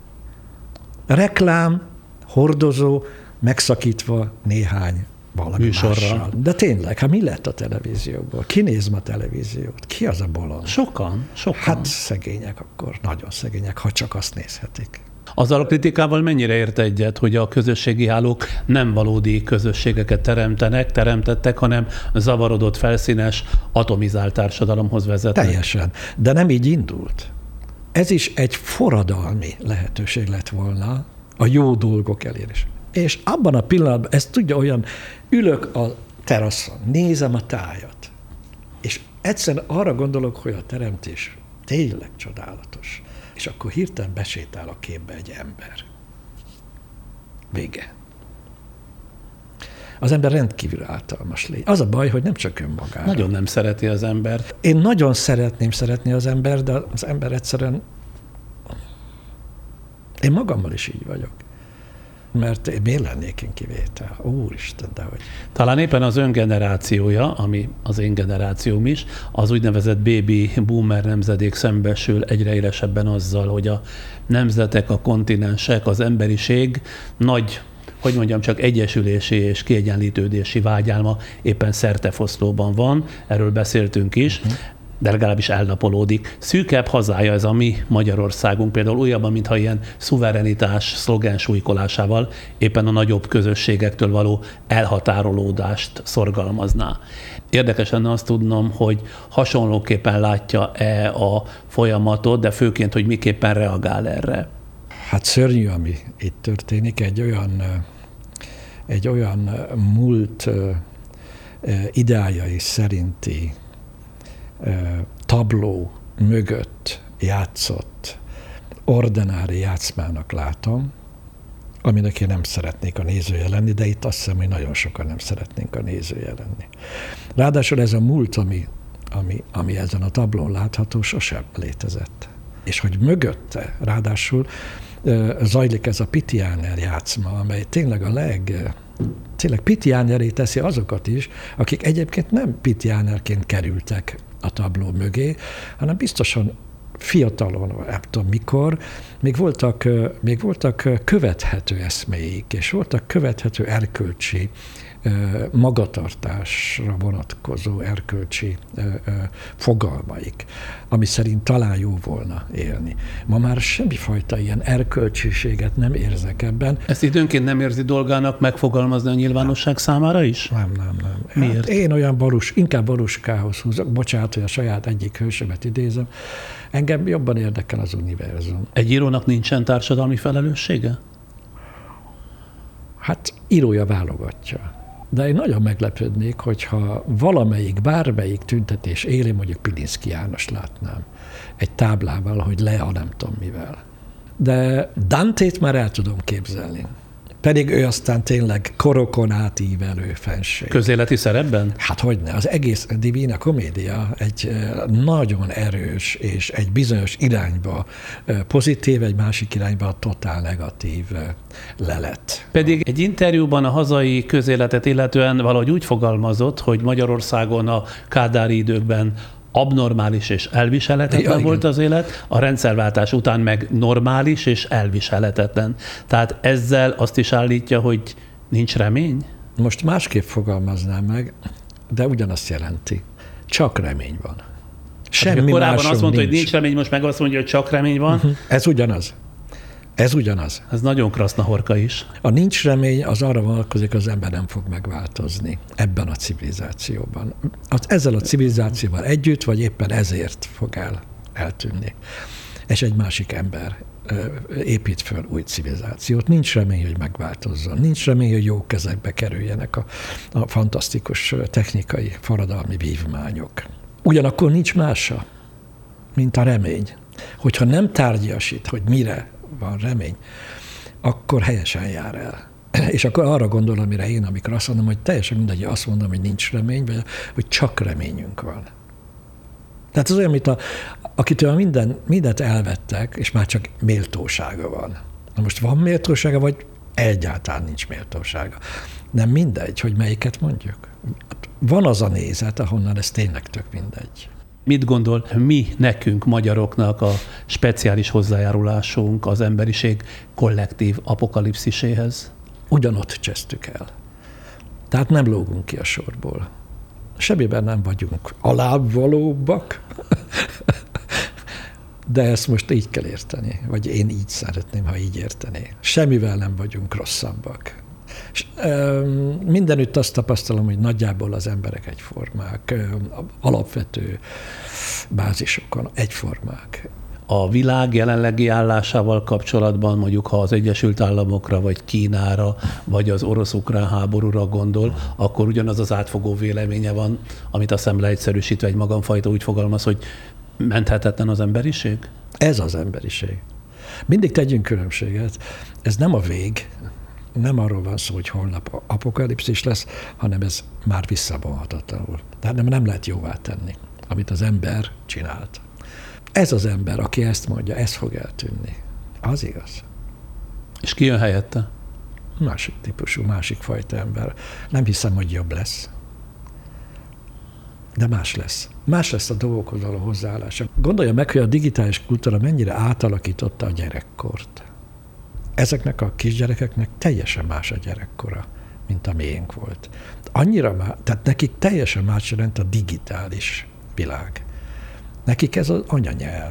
Reklám, hordozó, megszakítva néhány valami műsorra. Mással. De tényleg, hát mi lett a televízióból? Ki néz ma televíziót? Ki az a bolond? Sokan, sokan. Hát szegények akkor, nagyon szegények, ha csak azt nézhetik. Azzal a kritikával mennyire ért egyet, hogy a közösségi hálók nem valódi közösségeket teremtenek, teremtettek, hanem zavarodott, felszínes, atomizált társadalomhoz vezetnek? Teljesen, de nem így indult. Ez is egy forradalmi lehetőség lett volna a jó dolgok elérésére. És abban a pillanatban, ezt tudja olyan, ülök a teraszon, nézem a tájat, és egyszerűen arra gondolok, hogy a teremtés tényleg csodálatos. És akkor hirtelen besétál a képbe egy ember. Vége. Az ember rendkívül általmas lény. Az a baj, hogy nem csak önmagára. Nagyon nem szereti az embert. Én nagyon szeretném szeretni az ember, de az ember egyszerűen... Én magammal is így vagyok. Mert én miért lennék én kivétel? Úristen, de hogy... Talán éppen az ön generációja, ami az én generációm is, az úgynevezett baby boomer nemzedék szembesül egyre élesebben azzal, hogy a nemzetek, a kontinensek, az emberiség nagy, hogy mondjam, csak egyesülési és kiegyenlítődési vágyálma éppen szertefoszlóban van, erről beszéltünk is, uh-huh. de legalábbis elnapolódik. Szűkebb hazája ez a mi Magyarországunk, például újabban, mintha ilyen szuverenitás szlogán súlykolásával éppen a nagyobb közösségektől való elhatárolódást szorgalmazná. Érdekes lenne azt tudnom, hogy hasonlóképpen látja-e a folyamatot, de főként, hogy miképpen reagál erre. Hát szörnyű, ami itt történik, egy olyan, egy olyan múlt ideájai szerinti tabló mögött játszott ordinári játszmának látom, aminek én nem szeretnék a nézője lenni, de itt azt hiszem, hogy nagyon sokan nem szeretnénk a nézője lenni. Ráadásul ez a múlt, ami, ami, ami ezen a tablón látható, sosem létezett. És hogy mögötte ráadásul zajlik ez a Pitiáner játszma, amely tényleg a leg tényleg pitjáneré teszi azokat is, akik egyébként nem pitjánerként kerültek a tabló mögé, hanem biztosan fiatalon, nem tudom mikor, még voltak, még voltak követhető eszméik, és voltak követhető erkölcsi, magatartásra vonatkozó erkölcsi fogalmaik, ami szerint talán jó volna élni. Ma már semmifajta ilyen erkölcsiséget nem érzek ebben. Ezt időnként nem érzi dolgának megfogalmazni a nyilvánosság nem. számára is? Nem, nem, nem. Miért? Hát én olyan barus, inkább baruskához húzok, bocsánat, hogy a saját egyik hősömet idézem, engem jobban érdekel az univerzum. Egy írónak nincsen társadalmi felelőssége? Hát írója válogatja. De én nagyon meglepődnék, hogyha valamelyik, bármelyik tüntetés élén mondjuk Pilinszky János látnám egy táblával, hogy le a nem tudom mivel. De Dantét már el tudom képzelni. Pedig ő aztán tényleg korokon átívelő fenség. Közéleti szerepben? Hát hogyne, az egész Divina Comedia egy nagyon erős és egy bizonyos irányba pozitív, egy másik irányba totál negatív lelet. Pedig egy interjúban a hazai közéletet illetően valahogy úgy fogalmazott, hogy Magyarországon a kádári időkben abnormális és elviselhetetlen ja, volt az élet, a rendszerváltás után meg normális és elviselhetetlen. Tehát ezzel azt is állítja, hogy nincs remény? Most másképp fogalmaznám meg, de ugyanazt jelenti. Csak remény van. Semmi hát, korábban azt mondta, nincs. hogy nincs remény, most meg azt mondja, hogy csak remény van. Uh-huh. Ez ugyanaz. Ez ugyanaz. Ez nagyon krasznahorka is. A nincs remény az arra vonatkozik, az ember nem fog megváltozni ebben a civilizációban. Az ezzel a civilizációval együtt, vagy éppen ezért fog el eltűnni. És egy másik ember épít föl új civilizációt. Nincs remény, hogy megváltozzon. Nincs remény, hogy jó kezekbe kerüljenek a, a fantasztikus technikai forradalmi vívmányok. Ugyanakkor nincs mása, mint a remény. Hogyha nem tárgyasít, hogy mire van remény, akkor helyesen jár el. És akkor arra gondol, amire én, amikor azt mondom, hogy teljesen mindegy, azt mondom, hogy nincs remény, vagy hogy csak reményünk van. Tehát az olyan, mint a, akitől minden, mindent elvettek, és már csak méltósága van. Na most van méltósága, vagy egyáltalán nincs méltósága. Nem mindegy, hogy melyiket mondjuk. Van az a nézet, ahonnan ez tényleg tök mindegy. Mit gondol, mi nekünk, magyaroknak a speciális hozzájárulásunk az emberiség kollektív apokalipsziséhez? Ugyanott csesztük el. Tehát nem lógunk ki a sorból. Semmiben nem vagyunk alábbvalóbbak, de ezt most így kell érteni, vagy én így szeretném, ha így értené. Semmivel nem vagyunk rosszabbak. És, ö, mindenütt azt tapasztalom, hogy nagyjából az emberek egyformák, ö, alapvető bázisokon egyformák. A világ jelenlegi állásával kapcsolatban, mondjuk ha az Egyesült Államokra, vagy Kínára, vagy az orosz-ukrán háborúra gondol, akkor ugyanaz az átfogó véleménye van, amit aztán leegyszerűsítve egy magamfajta úgy fogalmaz, hogy menthetetlen az emberiség? Ez az emberiség. Mindig tegyünk különbséget. Ez nem a vég, nem arról van szó, hogy holnap apokalipszis lesz, hanem ez már visszavonhatatlanul. Tehát nem, nem lehet jóvá tenni, amit az ember csinált. Ez az ember, aki ezt mondja, ez fog eltűnni. Az igaz. És ki jön helyette? Másik típusú, másik fajta ember. Nem hiszem, hogy jobb lesz. De más lesz. Más lesz a dolgokhoz való hozzáállása. Gondolja meg, hogy a digitális kultúra mennyire átalakította a gyerekkort. Ezeknek a kisgyerekeknek teljesen más a gyerekkora, mint a miénk volt. Annyira más, tehát nekik teljesen más jelent a digitális világ. Nekik ez az anyanyelv.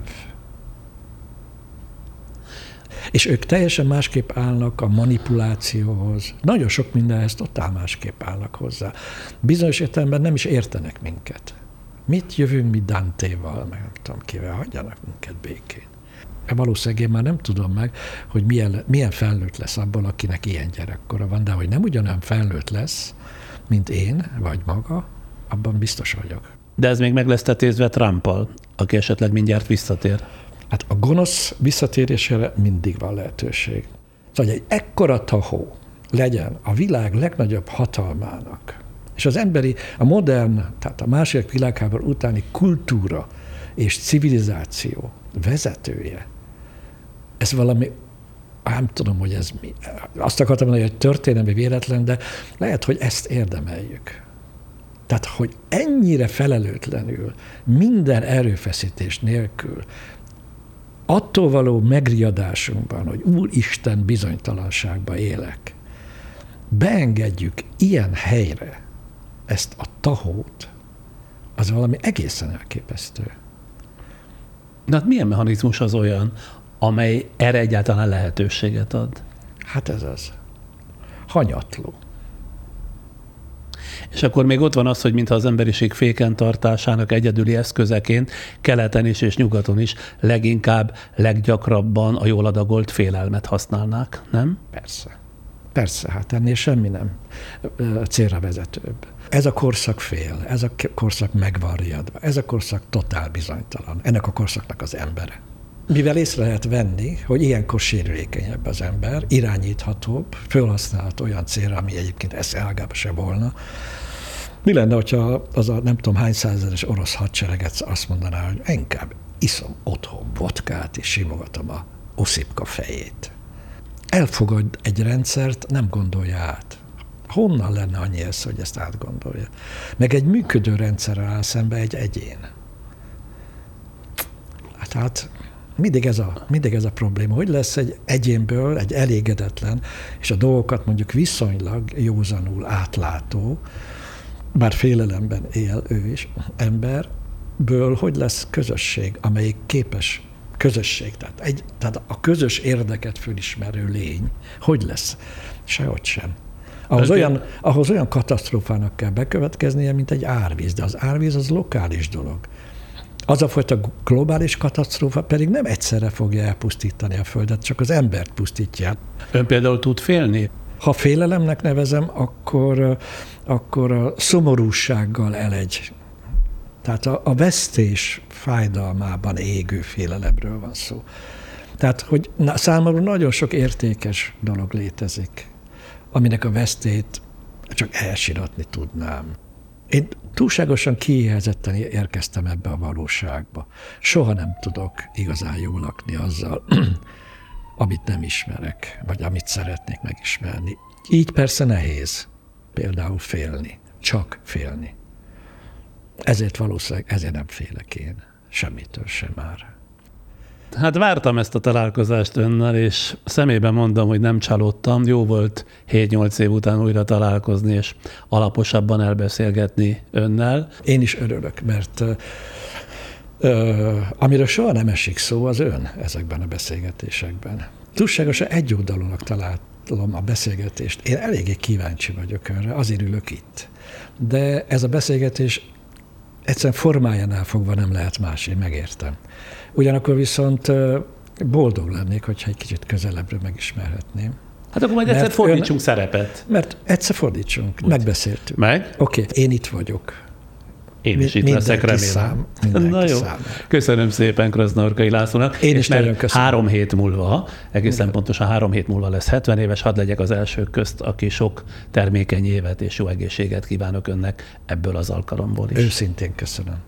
És ők teljesen másképp állnak a manipulációhoz. Nagyon sok mindenhez totál másképp állnak hozzá. Bizonyos értelemben nem is értenek minket. Mit jövünk mi Dantéval, meg nem tudom kivel, hagyjanak minket békén. Valószínűleg én már nem tudom meg, hogy milyen, milyen felnőtt lesz abból, akinek ilyen gyerekkora van, de hogy nem ugyanolyan felnőtt lesz, mint én, vagy maga, abban biztos vagyok. De ez még meg lesz tetézve Trumpal, aki esetleg mindjárt visszatér. Hát a gonosz visszatérésére mindig van lehetőség. Szóval egy ekkora tahó legyen a világ legnagyobb hatalmának, és az emberi, a modern, tehát a második világháború utáni kultúra és civilizáció vezetője, ez valami nem tudom, hogy ez mi. Azt akartam mondani, hogy történelmi véletlen, de lehet, hogy ezt érdemeljük. Tehát, hogy ennyire felelőtlenül, minden erőfeszítés nélkül, attól való megriadásunkban, hogy Úristen bizonytalanságba élek, beengedjük ilyen helyre ezt a tahót, az valami egészen elképesztő. De hát milyen mechanizmus az olyan, amely erre egyáltalán lehetőséget ad? Hát ez az. Hanyatló. És akkor még ott van az, hogy mintha az emberiség féken tartásának egyedüli eszközeként keleten is és nyugaton is leginkább, leggyakrabban a jól adagolt félelmet használnák, nem? Persze. Persze, hát ennél semmi nem célra vezetőbb. Ez a korszak fél, ez a korszak meg van riadva, ez a korszak totál bizonytalan, ennek a korszaknak az embere. Mivel észre lehet venni, hogy ilyenkor sérülékenyebb az ember, irányíthatóbb, fölhasználható olyan célra, ami egyébként eszeágába se volna. Mi lenne, hogyha az a nem tudom hány százezeres orosz hadsereget azt mondaná, hogy inkább iszom otthon vodkát, és simogatom a Oszipka fejét. Elfogad egy rendszert, nem gondolja át. Honnan lenne annyi ez, hogy ezt átgondolja? Meg egy működő rendszerrel áll szembe egy egyén. Tehát mindig ez, a, mindig ez a probléma. Hogy lesz egy egyénből egy elégedetlen, és a dolgokat mondjuk viszonylag józanul átlátó, bár félelemben él ő is, emberből, hogy lesz közösség, amelyik képes közösség, tehát, egy, tehát a közös érdeket fölismerő lény, hogy lesz? Sehogy sem. Ahhoz olyan, ahhoz olyan katasztrófának kell bekövetkeznie, mint egy árvíz, de az árvíz az lokális dolog. Az a fajta globális katasztrófa pedig nem egyszerre fogja elpusztítani a Földet, csak az embert pusztítja. Ön például tud félni? Ha félelemnek nevezem, akkor, akkor a szomorúsággal elegy. Tehát a, a vesztés fájdalmában égő félelemről van szó. Tehát, hogy na, számomra nagyon sok értékes dolog létezik, aminek a vesztét csak elsiratni tudnám. Én túlságosan kiéhezetten érkeztem ebbe a valóságba. Soha nem tudok igazán jól lakni azzal, amit nem ismerek, vagy amit szeretnék megismerni. Így persze nehéz például félni, csak félni. Ezért valószínűleg ezért nem félek én, semmitől sem már. Hát vártam ezt a találkozást önnel, és szemében mondom, hogy nem csalódtam. Jó volt hét-nyolc év után újra találkozni, és alaposabban elbeszélgetni önnel. Én is örülök, mert ö, amiről soha nem esik szó, az ön ezekben a beszélgetésekben. Túlságosan egyoldalúnak találom a beszélgetést. Én eléggé kíváncsi vagyok önre, azért ülök itt. De ez a beszélgetés egyszerűen formájánál fogva nem lehet más, én megértem. Ugyanakkor viszont boldog lennék, hogyha egy kicsit közelebbről megismerhetném. Hát akkor majd egyszer fordítsunk ön, szerepet. Mert egyszer fordítsunk, Úgy. megbeszéltük. Meg? Oké, okay, én itt vagyok. Én is itt leszek, remélem. Szám, Na jó. Számára. Köszönöm szépen Krasznahorkai Lászlónak. Én is nagyon köszönöm. Három hét múlva, egészen Igen. pontosan három hét múlva lesz hetven éves, hadd legyek az elsők közt, aki sok termékeny évet és jó egészséget kívánok önnek ebből az alkalomból is. Őszintén köszönöm.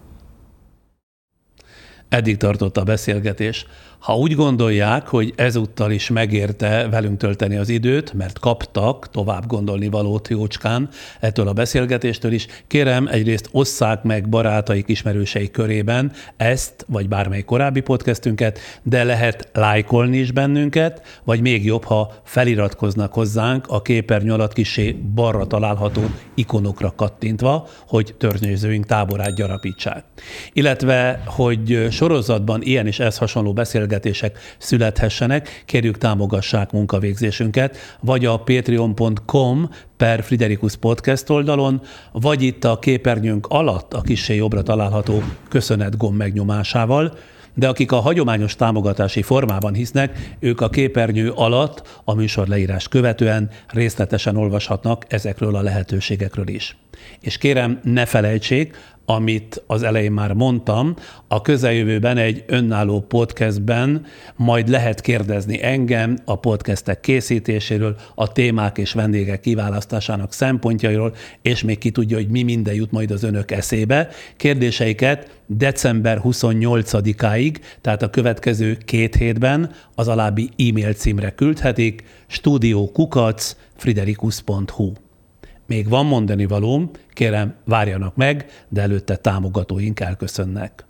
Eddig tartott a beszélgetés. Ha úgy gondolják, hogy ezúttal is megérte velünk tölteni az időt, mert kaptak tovább gondolni valót jócskán ettől a beszélgetéstől is, kérem egyrészt osszák meg barátaik, ismerőseik körében ezt, vagy bármely korábbi podcastünket, de lehet lájkolni is bennünket, vagy még jobb, ha feliratkoznak hozzánk a képernyő alatt kissé balra található ikonokra kattintva, hogy törzsnézőink táborát gyarapítsák. Illetve, hogy sorozatban ilyen és ez hasonló beszélgetések születhessenek, kérjük támogassák munkavégzésünket, vagy a patreon pont com per Friderikus Podcast oldalon, vagy itt a képernyőnk alatt a kissé jobbra található köszönet gomb megnyomásával, de akik a hagyományos támogatási formában hisznek, ők a képernyő alatt a műsor leírás követően részletesen olvashatnak ezekről a lehetőségekről is. És kérem, ne felejtsék, amit az elején már mondtam, a közeljövőben egy önálló podcastben majd lehet kérdezni engem a podcastek készítéséről, a témák és vendégek kiválasztásának szempontjairól, és még ki tudja, hogy mi minden jut majd az önök eszébe. Kérdéseiket december huszonnyolcadikáig, tehát a következő két hétben az alábbi e-mail címre küldhetik, studio kukac friderikus pont hu. Még van mondani valóm, kérem, várjanak meg, de előtte támogatóink elköszönnek.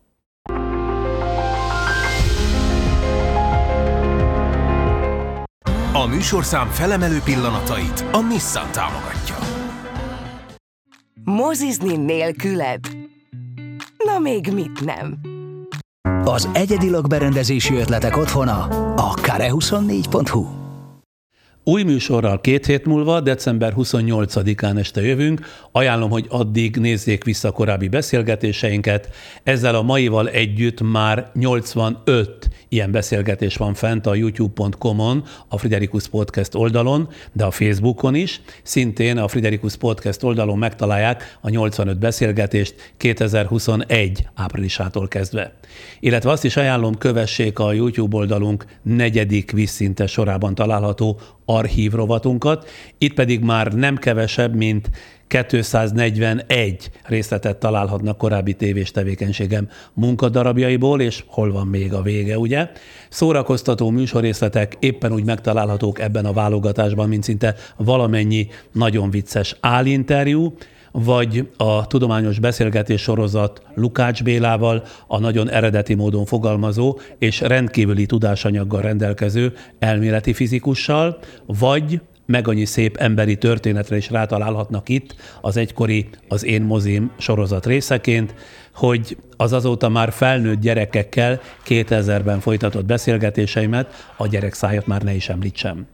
A műsorszám felemelő pillanatait a Nissan támogatja. Mozizni nélküled? Na még mit nem? Az egyedi lakberendezési ötletek otthona a kare huszonnégy pont hu. Új műsorral két hét múlva, december huszonnyolcadikán este jövünk. Ajánlom, hogy addig nézzék vissza korábbi beszélgetéseinket. Ezzel a maival együtt már nyolcvanöt ilyen beszélgetés van fent a youtube pont com-on, a Friderikus Podcast oldalon, de a Facebookon is. Szintén a Friderikus Podcast oldalon megtalálják a nyolcvanöt beszélgetést kétezer-huszonegy áprilisától kezdve. Illetve azt is ajánlom, kövessék a YouTube oldalunk negyedik vízszintes sorában található archív rovatunkat. Itt pedig már nem kevesebb, mint kétszáznegyvenegy részletet találhatnak korábbi tévés tevékenységem munkadarabjaiból, és hol van még a vége, ugye? Szórakoztató műsorrészletek éppen úgy megtalálhatók ebben a válogatásban, mint szinte valamennyi nagyon vicces álinterjú, vagy a tudományos beszélgetés sorozat Lukács Bélával, a nagyon eredeti módon fogalmazó és rendkívüli tudásanyaggal rendelkező elméleti fizikussal, vagy meg annyi szép emberi történetre is rátalálhatnak itt az egykori Az én mozim sorozat részeként, hogy az azóta már felnőtt gyerekekkel kétezerben folytatott beszélgetéseimet, a gyerekszájat már ne is említsem.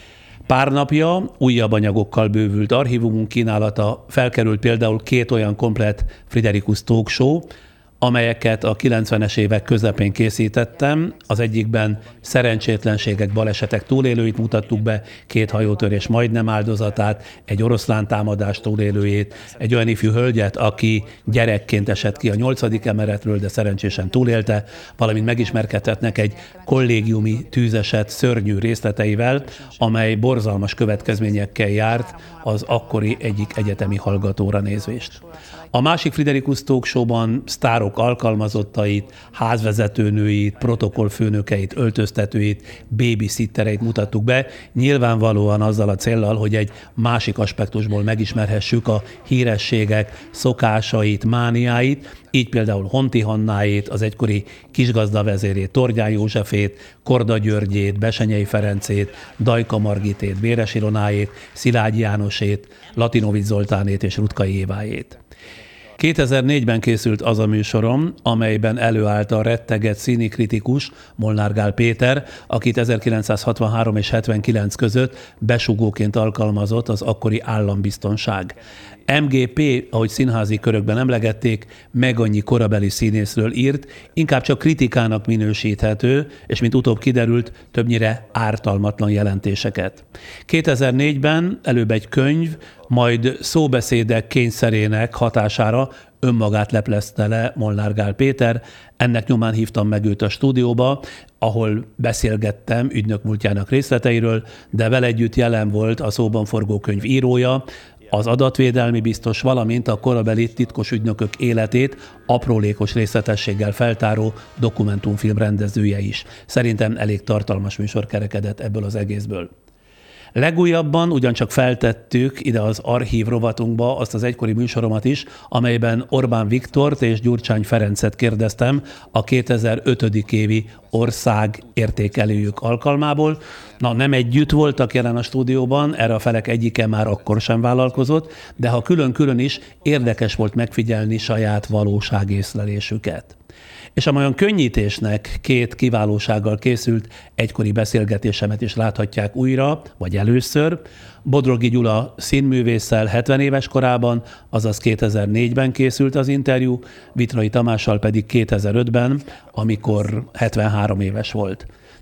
Pár napja újabb anyagokkal bővült archívumunk kínálata, felkerült például két olyan komplett Friderikus Talk Show, amelyeket a kilencvenes évek közepén készítettem. Az egyikben szerencsétlenségek, balesetek túlélőit mutattuk be, két hajótörés majdnem áldozatát, egy oroszlán támadás túlélőjét, egy olyan ifjú hölgyet, aki gyerekként esett ki a nyolcadik emeletről, de szerencsésen túlélte, valamint megismerkedhetnek egy kollégiumi tűzeset szörnyű részleteivel, amely borzalmas következményekkel járt az akkori egyik egyetemi hallgatóra nézvést. A másik Friderikus Talk Show-ban sztárok alkalmazottait, házvezetőnőit, protokollfőnökeit, öltöztetőit, babysittereit mutattuk be, nyilvánvalóan azzal a céllal, hogy egy másik aspektusból megismerhessük a hírességek szokásait, mániáit, így például Honti Hannáét, az egykori kisgazdavezérét, Tordján Józsefét, Korda Györgyét, Besenyei Ferencét, Dajka Margitét, Béres Ilonáét, Szilágyi Jánosét, Latinovics Zoltánét és Rutkai Évájét. kétezer-négyben készült az a műsorom, amelyben előállt a retteget színikritikus Molnár Gál Péter, akit ezerkilencszázhatvanhárom és hetvenkilenc között besugóként alkalmazott az akkori állambiztonság. em gé pé, ahogy színházi körökben emlegették, meg annyi korabeli színészről írt, inkább csak kritikának minősíthető, és mint utóbb kiderült, többnyire ártalmatlan jelentéseket. kétezer-négyben előbb egy könyv, majd szóbeszédek kényszerének hatására önmagát leplezte le Molnár Gál Péter. Ennek nyomán hívtam meg őt a stúdióba, ahol beszélgettem ügynök múltjának részleteiről, de vele együtt jelen volt a szóban forgó könyv írója, az adatvédelmi biztos, valamint a korabeli titkos ügynökök életét aprólékos részletességgel feltáró dokumentumfilm rendezője is. Szerintem elég tartalmas műsor kerekedett ebből az egészből. Legújabban ugyancsak feltettük ide az archív rovatunkba azt az egykori műsoromat is, amelyben Orbán Viktort és Gyurcsány Ferencet kérdeztem a kétezer-ötödik évi ország értékelőjük alkalmából. Na, nem együtt voltak jelen a stúdióban, erre a felek egyike már akkor sem vállalkozott, de ha külön-külön is, érdekes volt megfigyelni saját valóságészlelésüket. És amolyan könnyítésnek két kiválósággal készült egykori beszélgetésemet is láthatják újra, vagy először. Bodrogi Gyula színművésszel hetven éves korában, azaz kétezer-négyben készült az interjú, Vitrai Tamással pedig kétezer-ötben, amikor hetvenhárom éves volt.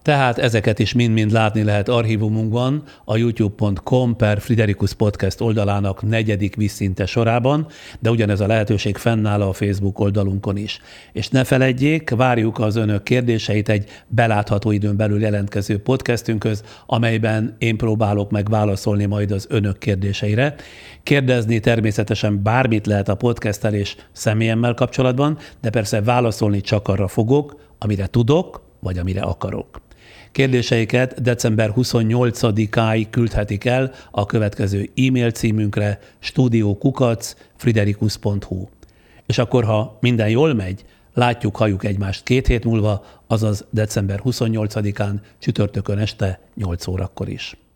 Tehát ezeket is mind-mind látni lehet archívumunkban, a youtube pont com per Friderikus Podcast oldalának negyedik vízszinte sorában, de ugyanez a lehetőség fennáll a Facebook oldalunkon is. És ne feledjék, várjuk az önök kérdéseit egy belátható időn belül jelentkező podcastünkhöz, amelyben én próbálok meg válaszolni majd az önök kérdéseire. Kérdezni természetesen bármit lehet a podcasttel és személyemmel kapcsolatban, de persze válaszolni csak arra fogok, amire tudok, vagy amire akarok. Kérdéseiket december huszonnyolcadikáig küldhetik el a következő e-mail címünkre studiókukac friderikus pont hu. És akkor, ha minden jól megy, látjuk, halljuk egymást két hét múlva, azaz december huszonnyolcadikán csütörtökön este nyolc órakor is.